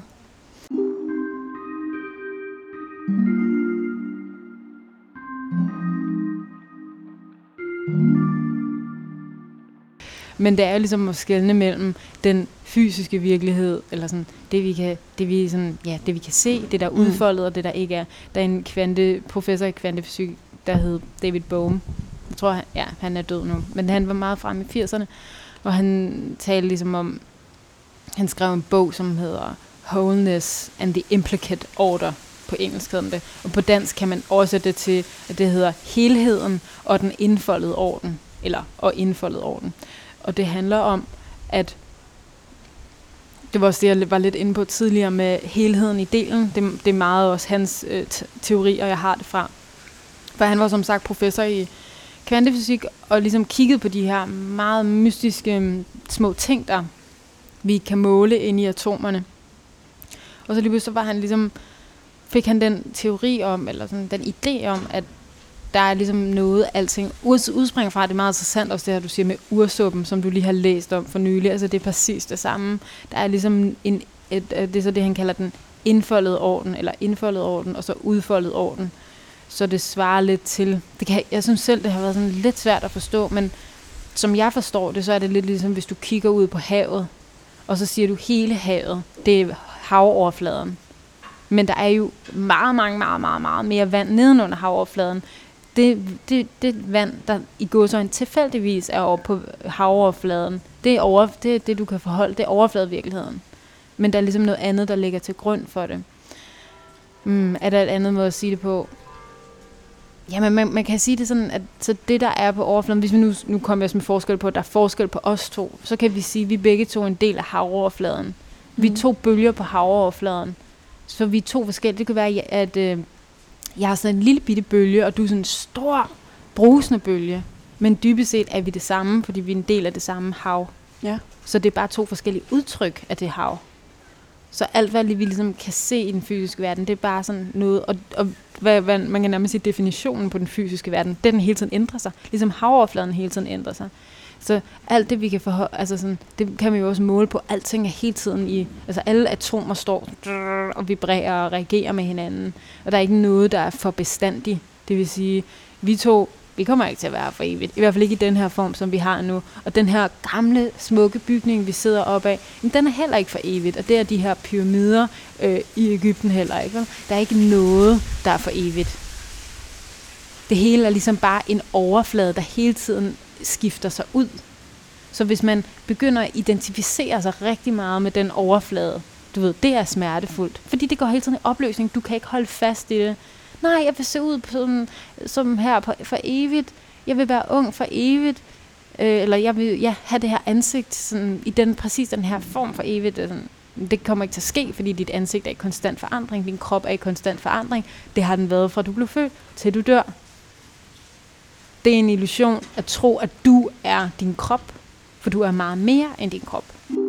Men det er jo ligesom at skelne mellem den fysiske virkelighed, eller sådan, det vi kan se, det der er udfoldet, og det der ikke er. Der er en professor i kvantefysik, der hed David Bohm. Jeg tror, han er død nu, men han var meget fremme i 80'erne, og han talte ligesom om, han skrev en bog, som hedder Wholeness and the Implicate Order, på engelsk hedder det. Og på dansk kan man oversætte det til, at det hedder helheden og den indfoldede orden, og indfoldet orden. Og det handler om, at det var også det, jeg var lidt inde på tidligere med helheden i delen. Det er meget også hans teorier, jeg har det fra. For han var som sagt professor i kvantefysik og ligesom kiggede på de her meget mystiske små ting, der vi kan måle inde i atomerne. Og så lige pludselig var han ligesom, fik han den teori om, eller sådan den idé om, at der er ligesom noget, alting udspringer fra. Det er meget interessant også det her, du siger med ursuppen, som du lige har læst om for nylig. Altså det er præcis det samme. Der er ligesom det er så det, han kalder den indfoldede orden, eller indfoldet orden, og så udfoldet orden. Så det svarer lidt til, jeg synes selv, det har været sådan lidt svært at forstå, men som jeg forstår det, så er det lidt ligesom, hvis du kigger ud på havet, og så siger du hele havet, det er havoverfladen. Men der er jo meget mere vand nedenunder havoverfladen. Det vand, der i gåseøjne tilfældigvis er over på havoverfladen, det er det, du kan forholde, det er overfladevirkeligheden. Men der er ligesom noget andet, der ligger til grund for det. Er der et andet måde at sige det på? Jamen, man kan sige det sådan, at så det, der er på overfladen, hvis vi nu kommer jeg med forskel på, at der er forskel på os to, så kan vi sige, at vi begge to er en del af havoverfladen. Vi er 2 bølger på havoverfladen. Så vi er 2 forskellige. Det kan være, at jeg har sådan en lille bitte bølge, og du er sådan en stor, brusende bølge. Men dybest set er vi det samme, fordi vi er en del af det samme hav. Ja. Så det er bare 2 forskellige udtryk af det hav. Så alt, hvad vi ligesom kan se i den fysiske verden, det er bare sådan noget, og hvad man kan nærmest sige, definitionen på den fysiske verden, den hele tiden ændrer sig. Ligesom havoverfladen hele tiden ændrer sig. Så alt det, vi kan altså sådan, det kan man jo også måle på. Alting er hele tiden altså alle atomer står og vibrerer og reagerer med hinanden. Og der er ikke noget, der er for bestandigt. Det vil sige, vi kommer ikke til at være for evigt. I hvert fald ikke i den her form, som vi har nu. Og den her gamle, smukke bygning, vi sidder oppe af, den er heller ikke for evigt. Og det er de her pyramider i Egypten heller ikke. Der er ikke noget, der er for evigt. Det hele er ligesom bare en overflade, der hele tiden skifter sig ud. Så hvis man begynder at identificere sig rigtig meget med den overflade, du ved, det er smertefuldt. Fordi det går hele tiden i opløsning. Du kan ikke holde fast i det. Nej, jeg vil se ud som her for evigt. Jeg vil være ung for evigt. Eller jeg vil have det her ansigt sådan, i præcis den her form for evigt. Det kommer ikke til at ske, fordi dit ansigt er i konstant forandring. Din krop er i konstant forandring. Det har den været fra du blev født til du dør. Det er en illusion at tro, at du er din krop. For du er meget mere end din krop.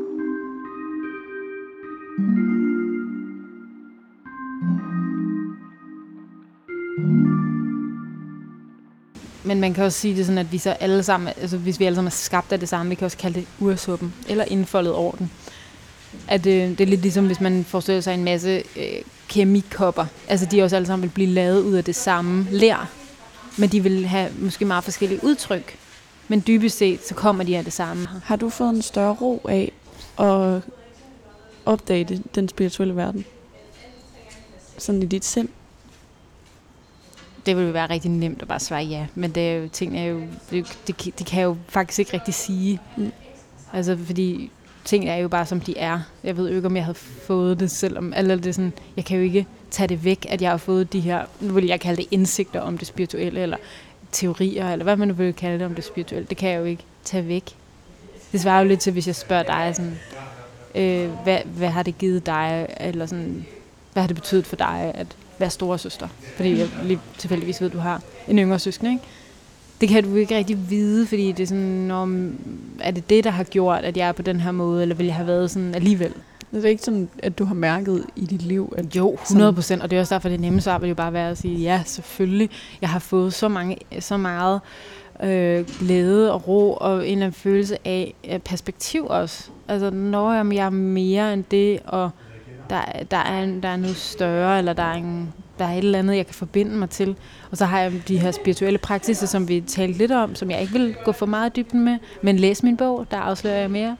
Men man kan også sige det sådan, at vi så alle sammen, altså hvis vi alle sammen er skabt af det samme, vi kan også kalde det ursuppen, eller indfoldet orden. At det er lidt ligesom, hvis man forestiller sig en masse kemikopper. Altså de også alle sammen vil blive lavet ud af det samme ler. Men de vil have måske meget forskellige udtryk. Men dybest set, så kommer de af det samme. Har du fået en større ro af at opdage den spirituelle verden? Sådan i dit sind? Det ville være rigtig nemt at bare svare ja. Men det er jo, ting er jo, de kan jo faktisk ikke rigtig sige. Altså fordi ting er jo bare som de er. Jeg ved jo ikke, om jeg havde fået det selv. Eller det sådan, jeg kan jo ikke tage det væk, at jeg har fået de her, nu vil jeg kalde det indsigter om det spirituelle, eller teorier, eller hvad man nu vil kalde det om det spirituelle. Det kan jeg jo ikke tage væk. Det svarer jo lidt til, hvis jeg spørger dig, sådan, hvad har det givet dig, eller sådan, hvad har det betydet for dig at være storesøster? Fordi jeg lige tilfældigvis ved, at du har en yngre søskende, ikke? Det kan du ikke rigtig vide, fordi det er sådan, er det, der har gjort, at jeg er på den her måde, eller vil jeg have været sådan alligevel? Det er ikke sådan, at du har mærket i dit liv? At jo, 100%, og det er også derfor, det nemme svar vil jo bare være at sige, ja, selvfølgelig. Jeg har fået så meget glæde og ro, og en følelse af perspektiv også. Altså, når jeg er mere end det, og der er noget større, eller der er et eller andet, jeg kan forbinde mig til. Og så har jeg de her spirituelle praksiser, som vi talte lidt om, som jeg ikke vil gå for meget i dybden med, men læs min bog, der afslører jeg mere.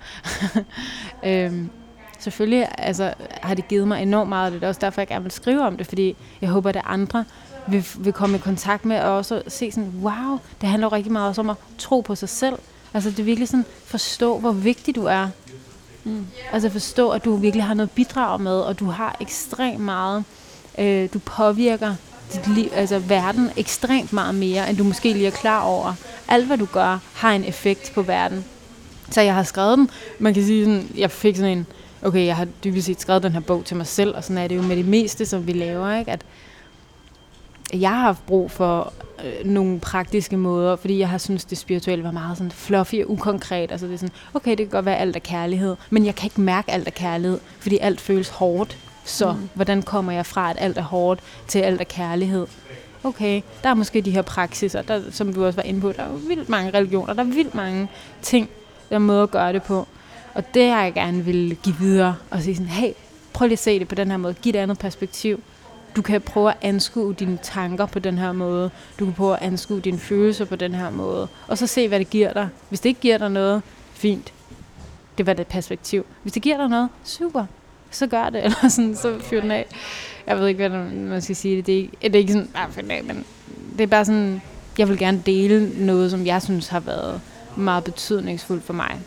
Selvfølgelig altså, har det givet mig enormt meget, og det er også derfor, jeg gerne vil skrive om det, fordi jeg håber, at andre vil komme i kontakt med, og også se sådan, wow, det handler rigtig meget også om at tro på sig selv. Altså det er virkelig sådan, forstå, hvor vigtig du er. Altså forstå, at du virkelig har noget bidrag med, og du har ekstremt meget, du påvirker dit liv, altså verden ekstremt meget mere, end du måske lige er klar over. Alt, hvad du gør, har en effekt på verden. Så jeg har skrevet den, man kan sige sådan, jeg fik sådan en, okay, jeg har dybest set skrevet den her bog til mig selv, og sådan er det jo med det meste, som vi laver, ikke? At jeg har haft brug for nogle praktiske måder, fordi jeg har syntes, det spirituelle var meget sådan fluffy og ukonkret. Altså det er sådan, okay, det kan godt være alt er kærlighed, men jeg kan ikke mærke alt er kærlighed, fordi alt føles hårdt. Så hvordan kommer jeg fra, at alt er hårdt, til alt er kærlighed? Okay, der er måske de her praksiser, der, som du også var inde på, der er vildt mange religioner, der er vildt mange ting, der er måder at gøre det på. Og det har jeg gerne vil give videre, og sige sådan, hey, prøv lige at se det på den her måde, giv et andet perspektiv. Du kan prøve at anskue dine tanker på den her måde. Du kan prøve at anskue dine følelser på den her måde. Og så se, hvad det giver dig. Hvis det ikke giver dig noget, fint. Det var det perspektiv. Hvis det giver dig noget, super. Så gør det. Eller sådan, så fyr den af. Jeg ved ikke, hvad man skal sige. Det er ikke sådan, fyr den af, men det er bare sådan, jeg vil gerne dele noget, som jeg synes har været meget betydningsfuldt for mig.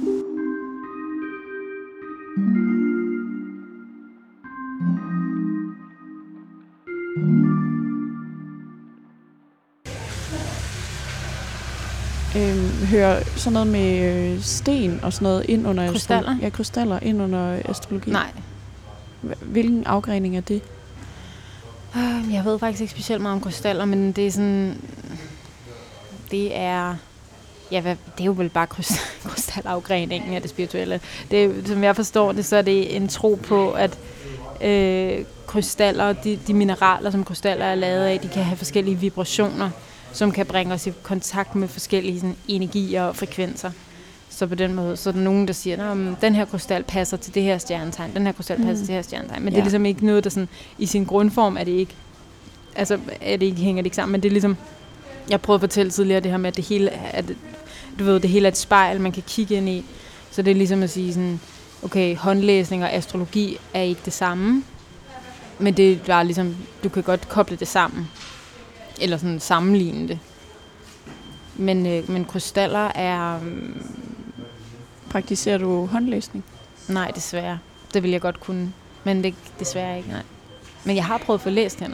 Hører sådan noget med sten og sådan noget ind under krystaller? Ja, krystaller ind under astrologi. Nej. Hvilken afgrening er det? Jeg ved faktisk ikke specielt meget om krystaller, men det er sådan... Det er... Ja, det er jo vel bare krystalafgreningen af det spirituelle. Det, som jeg forstår det, så er det en tro på, at krystaller, de mineraler, som krystaller er lavet af, de kan have forskellige vibrationer, som kan bringe os i kontakt med forskellige sådan, energier og frekvenser. Så på den måde, så er der nogen, der siger, at den her krystal passer til det her stjernetegn, den her krystal passer til det her stjernetegn. Men det er ligesom ikke noget, der sådan, i sin grundform er det ikke, altså hænger det ikke sammen, men det er ligesom, jeg prøvede at fortælle tidligere det her med, at det hele det hele er et spejl, man kan kigge ind i. Så det er ligesom at sige sådan, okay, håndlæsning og astrologi er ikke det samme, men det er bare ligesom, du kan godt koble det sammen. Eller sådan sammenligne det. Men krystaller er... Praktiserer du håndlæsning? Nej, desværre. Det vil jeg godt kunne. Men det desværre ikke, nej. Men jeg har prøvet at få læst hænder.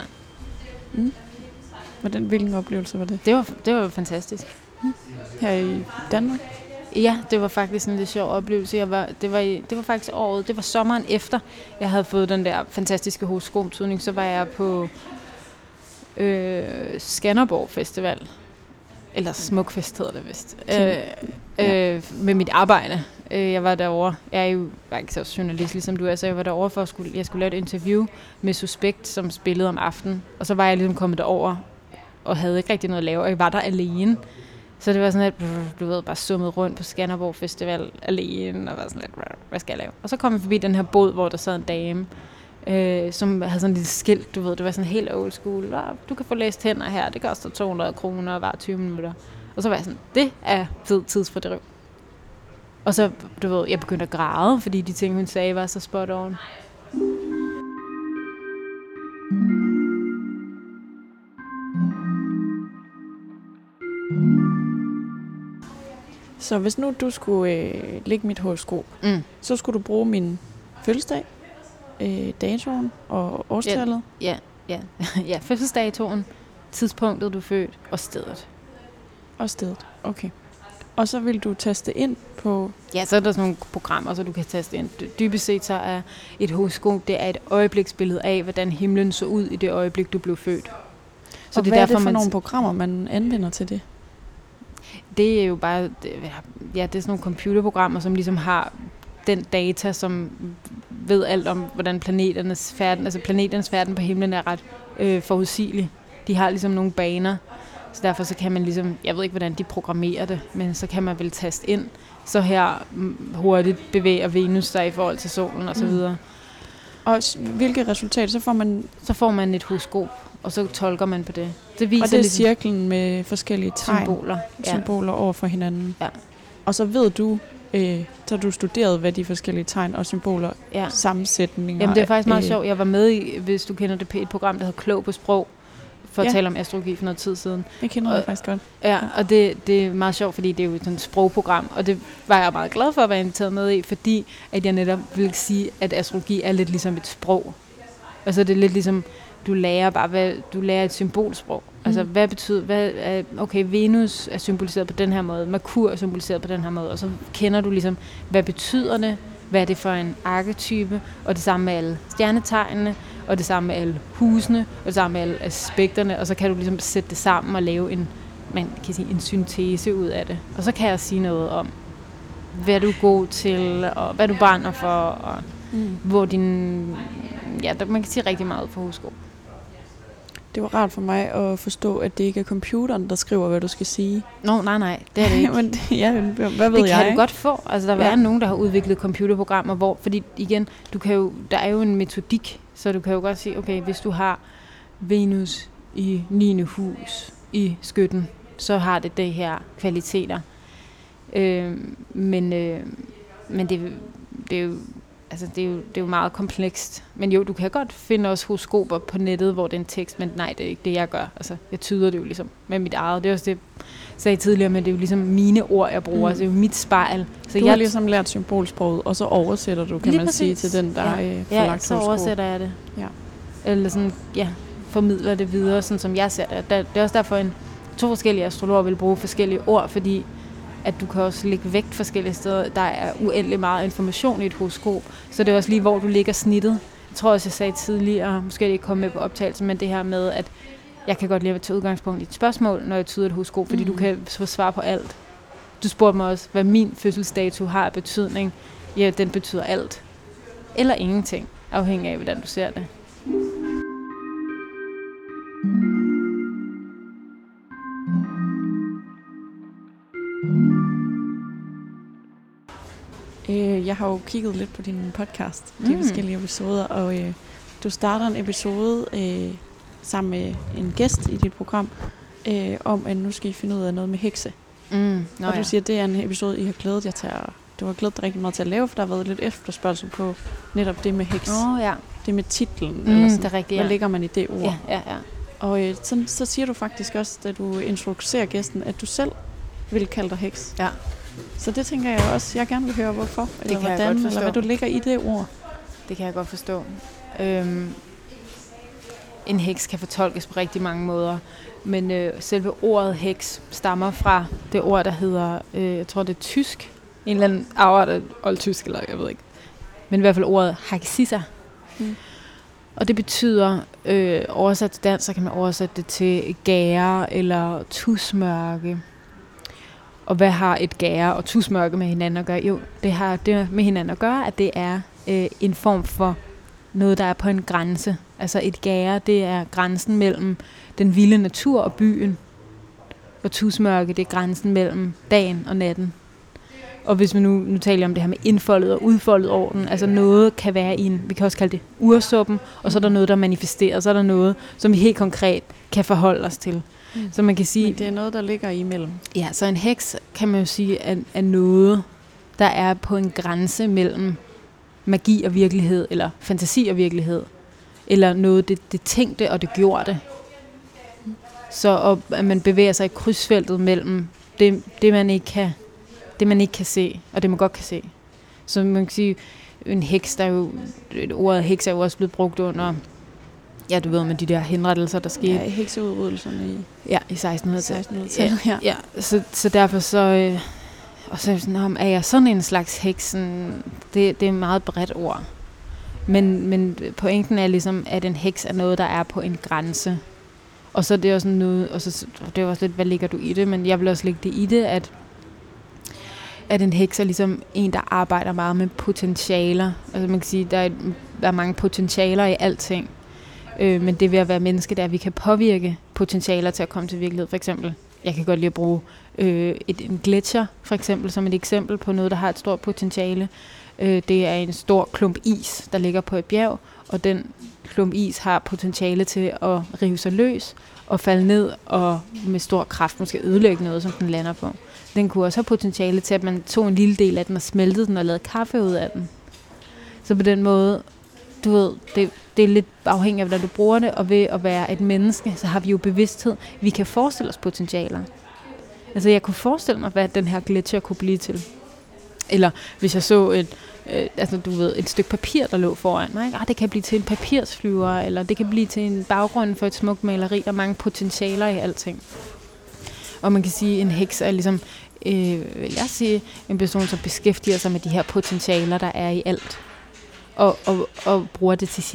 Hvilken oplevelse var det? Det var fantastisk. Her i Danmark? Ja, det var faktisk en lidt sjov oplevelse. Det var faktisk året, det var sommeren efter, jeg havde fået den der fantastiske horoskoptydning, så var jeg på Skanderborg Festival. Eller Smukfest hedder det vist. Med mit arbejde. Jeg var derovre. Jeg er jo faktisk også journalist, ligesom du er, så jeg var derovre for jeg skulle lave et interview med Suspekt, som spillede om aftenen. Og så var jeg ligesom kommet derover og havde ikke rigtig noget at lave, og jeg var der alene. Så det var sådan lidt, du ved, bare summet rundt på Skanderborg Festival alene, og var sådan lidt, hvad skal jeg lave? Og så kom jeg forbi den her båd, hvor der sad en dame, som havde sådan en lille skilt, du ved, det var sådan helt old school. Du kan få læst hænder her, det koster 200 kroner og var 20 minutter. Og så var jeg sådan, det er fed tidsfordriv. Og så, du ved, jeg begyndte at græde, fordi de ting, hun sagde, var så spot on. Så hvis nu du skulle lægge mit horoskop, så skulle du bruge min fødselsdag, datoen og årstallet? Ja, fødselsdatoen, tidspunktet du er født og stedet. Og stedet, okay. Og så vil du taste ind på... Ja, så er der sådan nogle programmer, så du kan taste ind. Dybest set så er et horoskop, det er et øjebliksbillede af, hvordan himlen så ud i det øjeblik, du blev født. Så og det er derfor, det for nogle programmer, man anvender til det? Det er jo bare, det er sådan nogle computerprogrammer, som ligesom har den data, som ved alt om, hvordan planeternes færden på himlen er ret forudsigelig. De har ligesom nogle baner, så derfor så kan man ligesom, jeg ved ikke, hvordan de programmerer det, men så kan man vel taste ind, så her hurtigt bevæger Venus sig i forhold til solen og så videre. Og hvilke resultater, så får man et horoskop, og så tolker man på det. Det viser og det er ligesom cirklen med forskellige tegn, symboler over for hinanden. Ja. Og så ved du, så har du studeret, hvad de forskellige tegn og symboler sammensætninger. Jamen det er faktisk meget sjovt. Jeg var med i, hvis du kender det, et program, der hedder Klog på sprog, for at tale om astrologi for noget tid siden. Det kender jeg faktisk godt. Ja, og det er meget sjovt, fordi det er jo et sprogprogram, og det var jeg meget glad for at være inviteret med i, fordi at jeg netop vil sige, at astrologi er lidt ligesom et sprog. Altså det er lidt ligesom, du lærer et symbolsprog. Altså hvad betyder, okay, Venus er symboliseret på den her måde, Merkur er symboliseret på den her måde, og så kender du ligesom, hvad betyder det, hvad er det for en arketype, og det samme med alle stjernetegnene, og det samme med alle husene, og det samme med alle aspekterne, og så kan du ligesom sætte det sammen og lave en syntese ud af det. Og så kan jeg sige noget om, hvad du er god til, og hvad du brænder for, og hvor man kan sige rigtig meget for horoskop. Det var rart for mig at forstå, at det ikke er computeren, der skriver, hvad du skal sige. Nej, det er det ikke. Men hvad ved det jeg? kan du godt få. Altså, der er nogen, der har udviklet computerprogrammer, fordi igen, der er jo en metodik, så du kan jo godt sige, okay, hvis du har Venus i 9. hus i Skytten, så har det her kvaliteter. Men det er jo meget komplekst. Men jo, du kan godt finde også horoskoper på nettet, hvor det er en tekst, men nej, det er ikke det, jeg gør. Altså, jeg tyder det jo ligesom med mit eget. Det er også det, jeg sagde tidligere, men det er jo ligesom mine ord, jeg bruger. Altså, det er jo mit spejl. Så du har ligesom lært symbolsproget, og så oversætter du, kan man præcis sige, til den, der er forlagt horoskop. Så oversætter jeg det. Ja. Eller sådan, formidler det videre, sådan som jeg ser det. Det er også derfor, 2 forskellige astrologer vil bruge forskellige ord, fordi at du kan også lægge vægt forskellige steder. Der er uendelig meget information i et horoskop, så det er også lige, hvor du ligger snittet. Jeg tror også, jeg sagde tidligere, måske det ikke kom med på optagelsen, men det her med, at jeg kan godt lide at tage udgangspunkt i et spørgsmål, når jeg tyder et horoskop, fordi du kan få svar på alt. Du spurgte mig også, hvad min fødselsdato har af betydning. Ja, den betyder alt. Eller ingenting, afhængig af, hvordan du ser det. Jeg har jo kigget lidt på din podcast, de forskellige episoder, og du starter en episode sammen med en gæst i dit program, om at nu skal I finde ud af noget med hekse. Og du siger, at det er en episode, I har glædet jer til du har glædet dig rigtig meget til at lave, for der har været lidt efterspørgsel på netop det med heks. Det med titlen, eller sådan. Det er rigtigt, hvad lægger man i det ord? Ja. Og så siger du faktisk også, da du introducerer gæsten, at du selv vil kalde dig heks. Ja. Så det tænker jeg også, jeg gerne vil høre, hvorfor, eller hvordan, eller hvad du lægger i det ord. Det kan jeg godt forstå. En heks kan fortolkes på rigtig mange måder, men selve ordet heks stammer fra det ord, der hedder, jeg tror det er tysk, en eller anden afart af oldtysk, eller jeg ved ikke, men i hvert fald ordet hexisa. Og det betyder, oversat til dansk, så kan man oversætte det til gære eller tusmørke. Og hvad har et gære og tusmørke med hinanden at gøre? Jo, det har det med hinanden at gøre, at det er en form for noget, der er på en grænse. Altså et gære, det er grænsen mellem den vilde natur og byen. Og tusmørke, det er grænsen mellem dagen og natten. Og hvis vi nu taler om det her med indfoldet og udfoldet orden, altså noget kan være i vi kan også kalde det ursuppen, og så er der noget, der manifesterer, så er der noget, som vi helt konkret kan forholde os til. Så man kan sige, men det er noget, der ligger imellem. Ja, så en heks kan man jo sige er noget, der er på en grænse mellem magi og virkelighed, eller fantasi og virkelighed, eller noget det tænkte og det gjorde. Så at man bevæger sig i krydsfeltet mellem det man ikke kan se, og det man godt kan se. Så man kan sige, en heks, ordet heks er jo også blevet brugt under, ja, du ved, med de der henrettelser, der skete. Ja, hekseudryddelserne i 1600-tallet. Ja. Så derfor så, og så sådan, er jeg sådan en slags heksen, det er et meget bredt ord. Men pointen er ligesom, at en heks er noget, der er på en grænse. Og så er det også noget, og så det er også lidt, hvad ligger du i det, men jeg vil også lægge det i det, at en heks er ligesom en, der arbejder meget med potentialer. Altså man kan sige, der er mange potentialer i alting. Men det ved at være menneske, der vi kan påvirke potentialer til at komme til virkelighed. For eksempel, jeg kan godt lide at bruge en gletsjer, for eksempel, som et eksempel på noget, der har et stort potentiale. Det er en stor klump is, der ligger på et bjerg, og den klump is har potentiale til at rive sig løs og falde ned og med stor kraft måske ødelægge noget, som den lander på. Den kunne også have potentiale til, at man tog en lille del af den og smeltede den og lavede kaffe ud af den. Så på den måde, du ved, det er lidt afhængigt af, hvordan du bruger det, og ved at være et menneske, så har vi jo bevidsthed. Vi kan forestille os potentialer. Altså, jeg kunne forestille mig, hvad den her gletsjer kunne blive til. Eller hvis jeg så et stykke papir, der lå foran mig. Ikke? Det kan blive til en papirsflyver, eller det kan blive til en baggrund for et smukt maleri. Der er mange potentialer i alting. Og man kan sige, at en heks er ligesom, vil jeg sige, en person, som beskæftiger sig med de her potentialer, der er i alt. Og bruger det til sin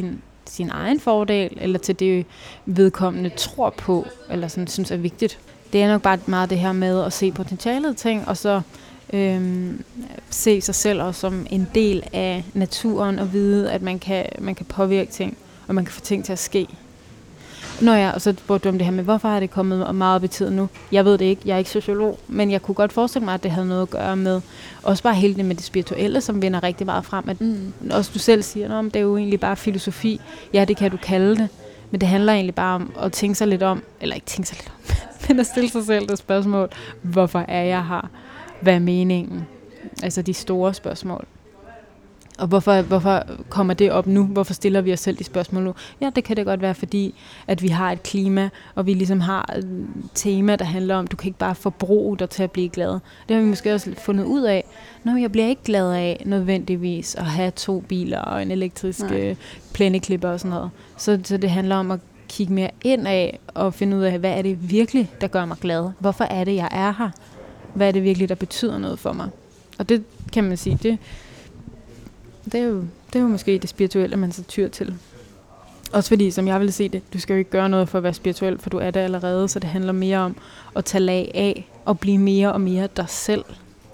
sin egen fordel, eller til det vedkommende tror på, eller sådan, synes er vigtigt. Det er nok bare meget det her med at se potentialet ting, og så se sig selv også som en del af naturen, og vide, at man kan påvirke ting, og man kan få ting til at ske. Og så spurgte du om det her med, hvorfor er det kommet meget op i tiden nu? Jeg ved det ikke, jeg er ikke sociolog, men jeg kunne godt forestille mig, at det havde noget at gøre med, også bare hele det med det spirituelle, som vinder rigtig meget frem. At også du selv siger, at det er jo egentlig bare filosofi. Ja, det kan du kalde det, men det handler egentlig bare om at tænke sig lidt om, eller ikke tænke sig lidt om, men at stille sig selv det spørgsmål, hvorfor er jeg her? Hvad er meningen? Altså de store spørgsmål. Og hvorfor kommer det op nu? Hvorfor stiller vi os selv de spørgsmål nu? Ja, det kan det godt være, fordi at vi har et klima, og vi ligesom har et tema, der handler om, du kan ikke bare forbruge dig til at blive glad. Det har vi måske også fundet ud af. Nå, jeg bliver ikke glad af nødvendigvis at have 2 biler og en elektrisk plæneklipper og sådan noget. Så det handler om at kigge mere ind af og finde ud af, hvad er det virkelig, der gør mig glad? Hvorfor er det, jeg er her? Hvad er det virkelig, der betyder noget for mig? Og det kan man sige, det er jo måske det spirituelle, man så tyr til. Også fordi, som jeg ville se det, du skal jo ikke gøre noget for at være spirituel, for du er det allerede, så det handler mere om at tage lag af og blive mere og mere dig selv.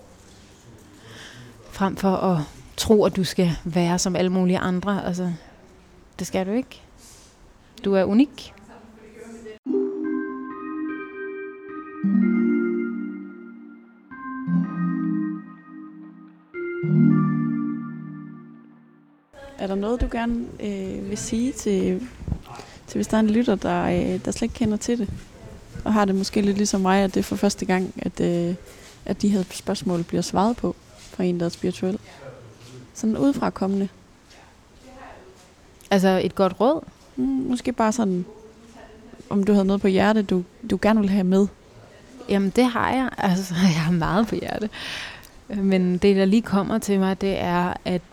Frem for at tro, at du skal være som alle mulige andre. Altså, det skal du ikke. Du er unik. Er der noget, du gerne vil sige til hvis der er en lytter, der slet ikke kender til det, og har det måske lidt ligesom mig, at det er for første gang, at de her spørgsmål bliver svaret på fra en, der er spirituel? Sådan udefra kommende. Altså et godt råd? Måske bare sådan, om du havde noget på hjerte, du gerne vil have med. Jamen det har jeg. Altså jeg har meget på hjerte. Men det, der lige kommer til mig, det er, at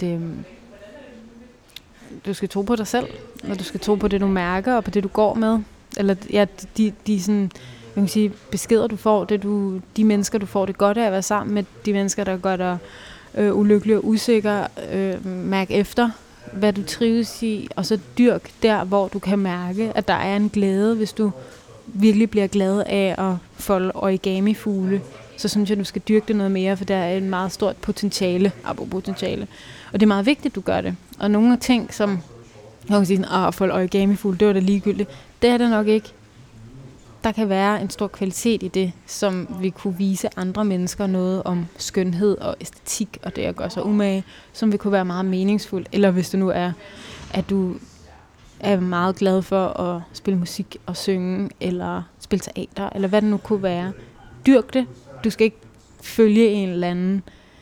du skal tro på dig selv, og du skal tro på det, du mærker, og på det, du går med. Eller ja, de sådan, jeg kan sige, beskeder, du får, de mennesker, du får det godt af at være sammen med, de mennesker, der gør dig ulykkelig og usikker, mærk efter, hvad du trives i, og så dyrk der, hvor du kan mærke, at der er en glæde, hvis du virkelig bliver glad af at folde origami-fugle, så synes jeg, du skal dyrke det noget mere, for der er et meget stort potentiale. Og det er meget vigtigt, at du gør det. Og nogle af ting, som jeg kan sige sådan, at folde origami-fugle, det var da ligegyldigt. Det er det nok ikke. Der kan være en stor kvalitet i det, som vi kunne vise andre mennesker noget om skønhed og æstetik, og det at gøre sig umage, som vi kunne være meget meningsfuldt. Eller hvis det nu er, at du er meget glad for at spille musik og synge, eller spille teater, eller hvad det nu kunne være. Dyrk det. Du skal ikke følge en eller anden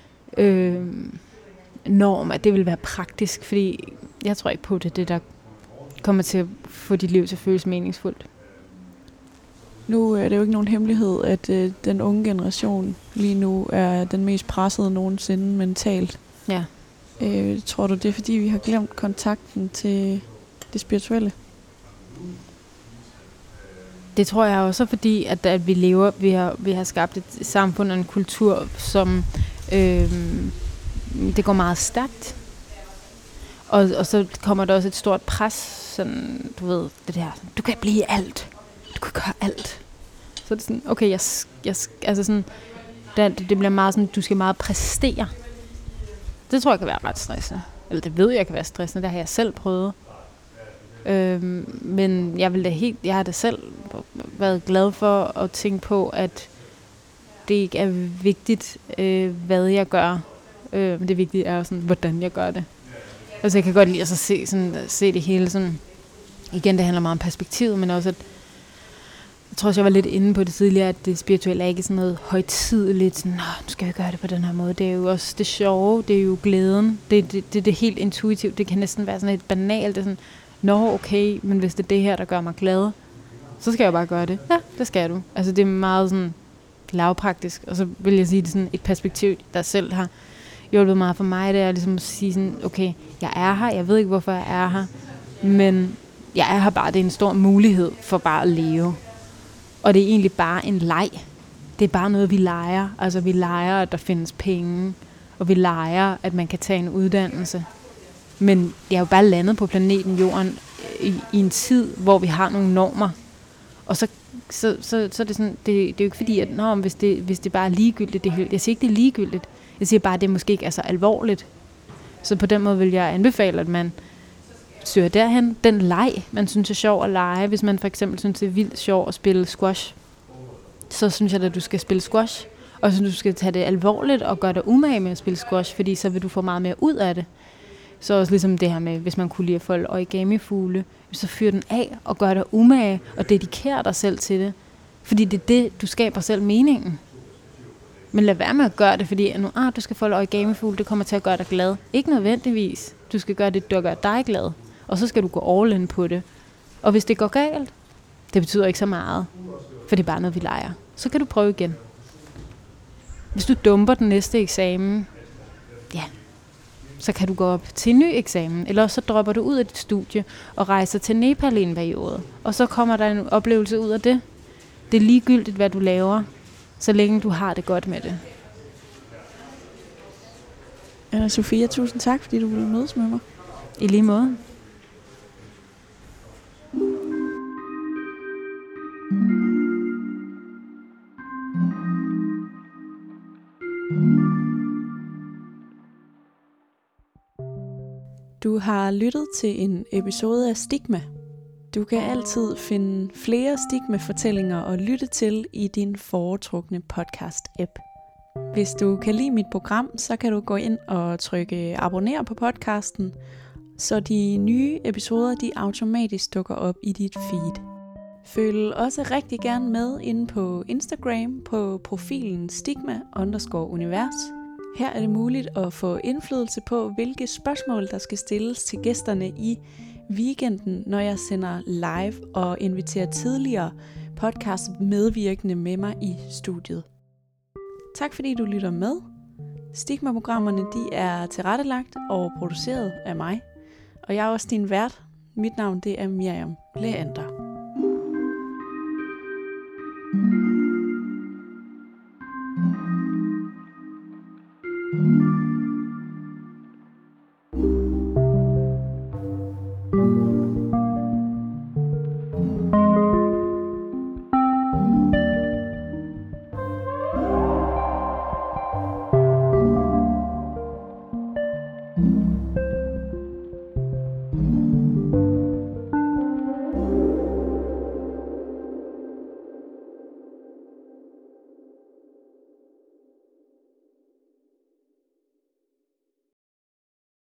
norm, at det vil være praktisk, fordi jeg tror ikke på det, der kommer til at få dit liv til at føles meningsfuldt. Nu er det jo ikke nogen hemmelighed, at den unge generation lige nu er den mest pressede nogensinde mentalt. Ja. Tror du, det er fordi, vi har glemt kontakten til det spirituelle? Det tror jeg også, fordi at vi har skabt et samfund og en kultur, som det går meget stærkt. Og så kommer der også et stort pres, sådan, du ved, det der, du kan blive alt. Du kan gøre alt. Så er det sådan, okay, altså sådan, det bliver meget sådan, du skal meget præstere. Det tror jeg kan være ret stressende. Eller det ved jeg kan være stressende, det har jeg selv prøvet. Men jeg har da selv været glad for at tænke på, at det ikke er vigtigt, hvad jeg gør. Men det vigtige er sådan, hvordan jeg gør det. Altså jeg kan godt lide at se det hele sådan. Igen, det handler meget om perspektivet, men også at jeg tror også, jeg var lidt inde på det tidligere, at det spirituelle er ikke sådan noget højtideligt, sådan, nu skal vi gøre det på den her måde. Det er jo også det sjove, det er jo glæden. Det er helt intuitivt, det kan næsten være sådan et banalt, det er sådan, okay, men hvis det er det her, der gør mig glad, så skal jeg bare gøre det. Ja, det skal du. Altså det er meget sådan lavpraktisk, og så vil jeg sige, det er sådan et perspektiv, der selv har hjulpet meget for mig, det er ligesom at sige sådan, okay, jeg er her, jeg ved ikke, hvorfor jeg er her, men jeg er her bare, det er en stor mulighed for bare at leve. Og det er egentlig bare en leg. Det er bare noget, vi leger. Altså vi leger, at der findes penge, og vi leger, at man kan tage en uddannelse. Men jeg er jo bare landet på planeten Jorden i en tid, hvor vi har nogle normer. Og så er det sådan, det er jo ikke fordi, at hvis det bare er ligegyldigt, jeg siger ikke, det er ligegyldigt. Jeg siger bare, at det måske ikke er så alvorligt. Så på den måde vil jeg anbefale, at man søger derhen. Den leg, man synes er sjov at lege. Hvis man for eksempel synes, det er vildt sjov at spille squash, så synes jeg, at du skal spille squash. Og så du skal tage det alvorligt og gøre dig umage med at spille squash, fordi så vil du få meget mere ud af det. Så også ligesom det her med, hvis man kunne lide at folde origami-fugle, så fyr den af og gør dig umage og dedikere dig selv til det. Fordi det er det, du skaber selv meningen. Men lad være med at gøre det, fordi du skal folde origami-fugle, det kommer til at gøre dig glad. Ikke nødvendigvis. Du skal gøre det, der gør dig glad. Og så skal du gå all in på det. Og hvis det går galt, det betyder ikke så meget. For det er bare noget, vi leger. Så kan du prøve igen. Hvis du dumper den næste eksamen, så kan du gå op til en ny eksamen. Eller så dropper du ud af dit studie og rejser til Nepal i en periode. Og så kommer der en oplevelse ud af det. Det er ligegyldigt, hvad du laver, så længe du har det godt med det. Sofia, tusind tak, fordi du ville mødes med mig. I lige måde. Du har lyttet til en episode af Stigma. Du kan altid finde flere stigma-fortællinger og lytte til i din foretrukne podcast-app. Hvis du kan lide mit program, så kan du gå ind og trykke abonner på podcasten, så de nye episoder de automatisk dukker op i dit feed. Følg også rigtig gerne med inde på Instagram på profilen stigma_univers. Her er det muligt at få indflydelse på, hvilke spørgsmål der skal stilles til gæsterne i weekenden, når jeg sender live og inviterer tidligere podcast medvirkende med mig i studiet. Tak fordi du lytter med. Stigma-programmerne de er tilrettelagt og produceret af mig. Og jeg er også din vært. Mit navn det er Miriam Leander.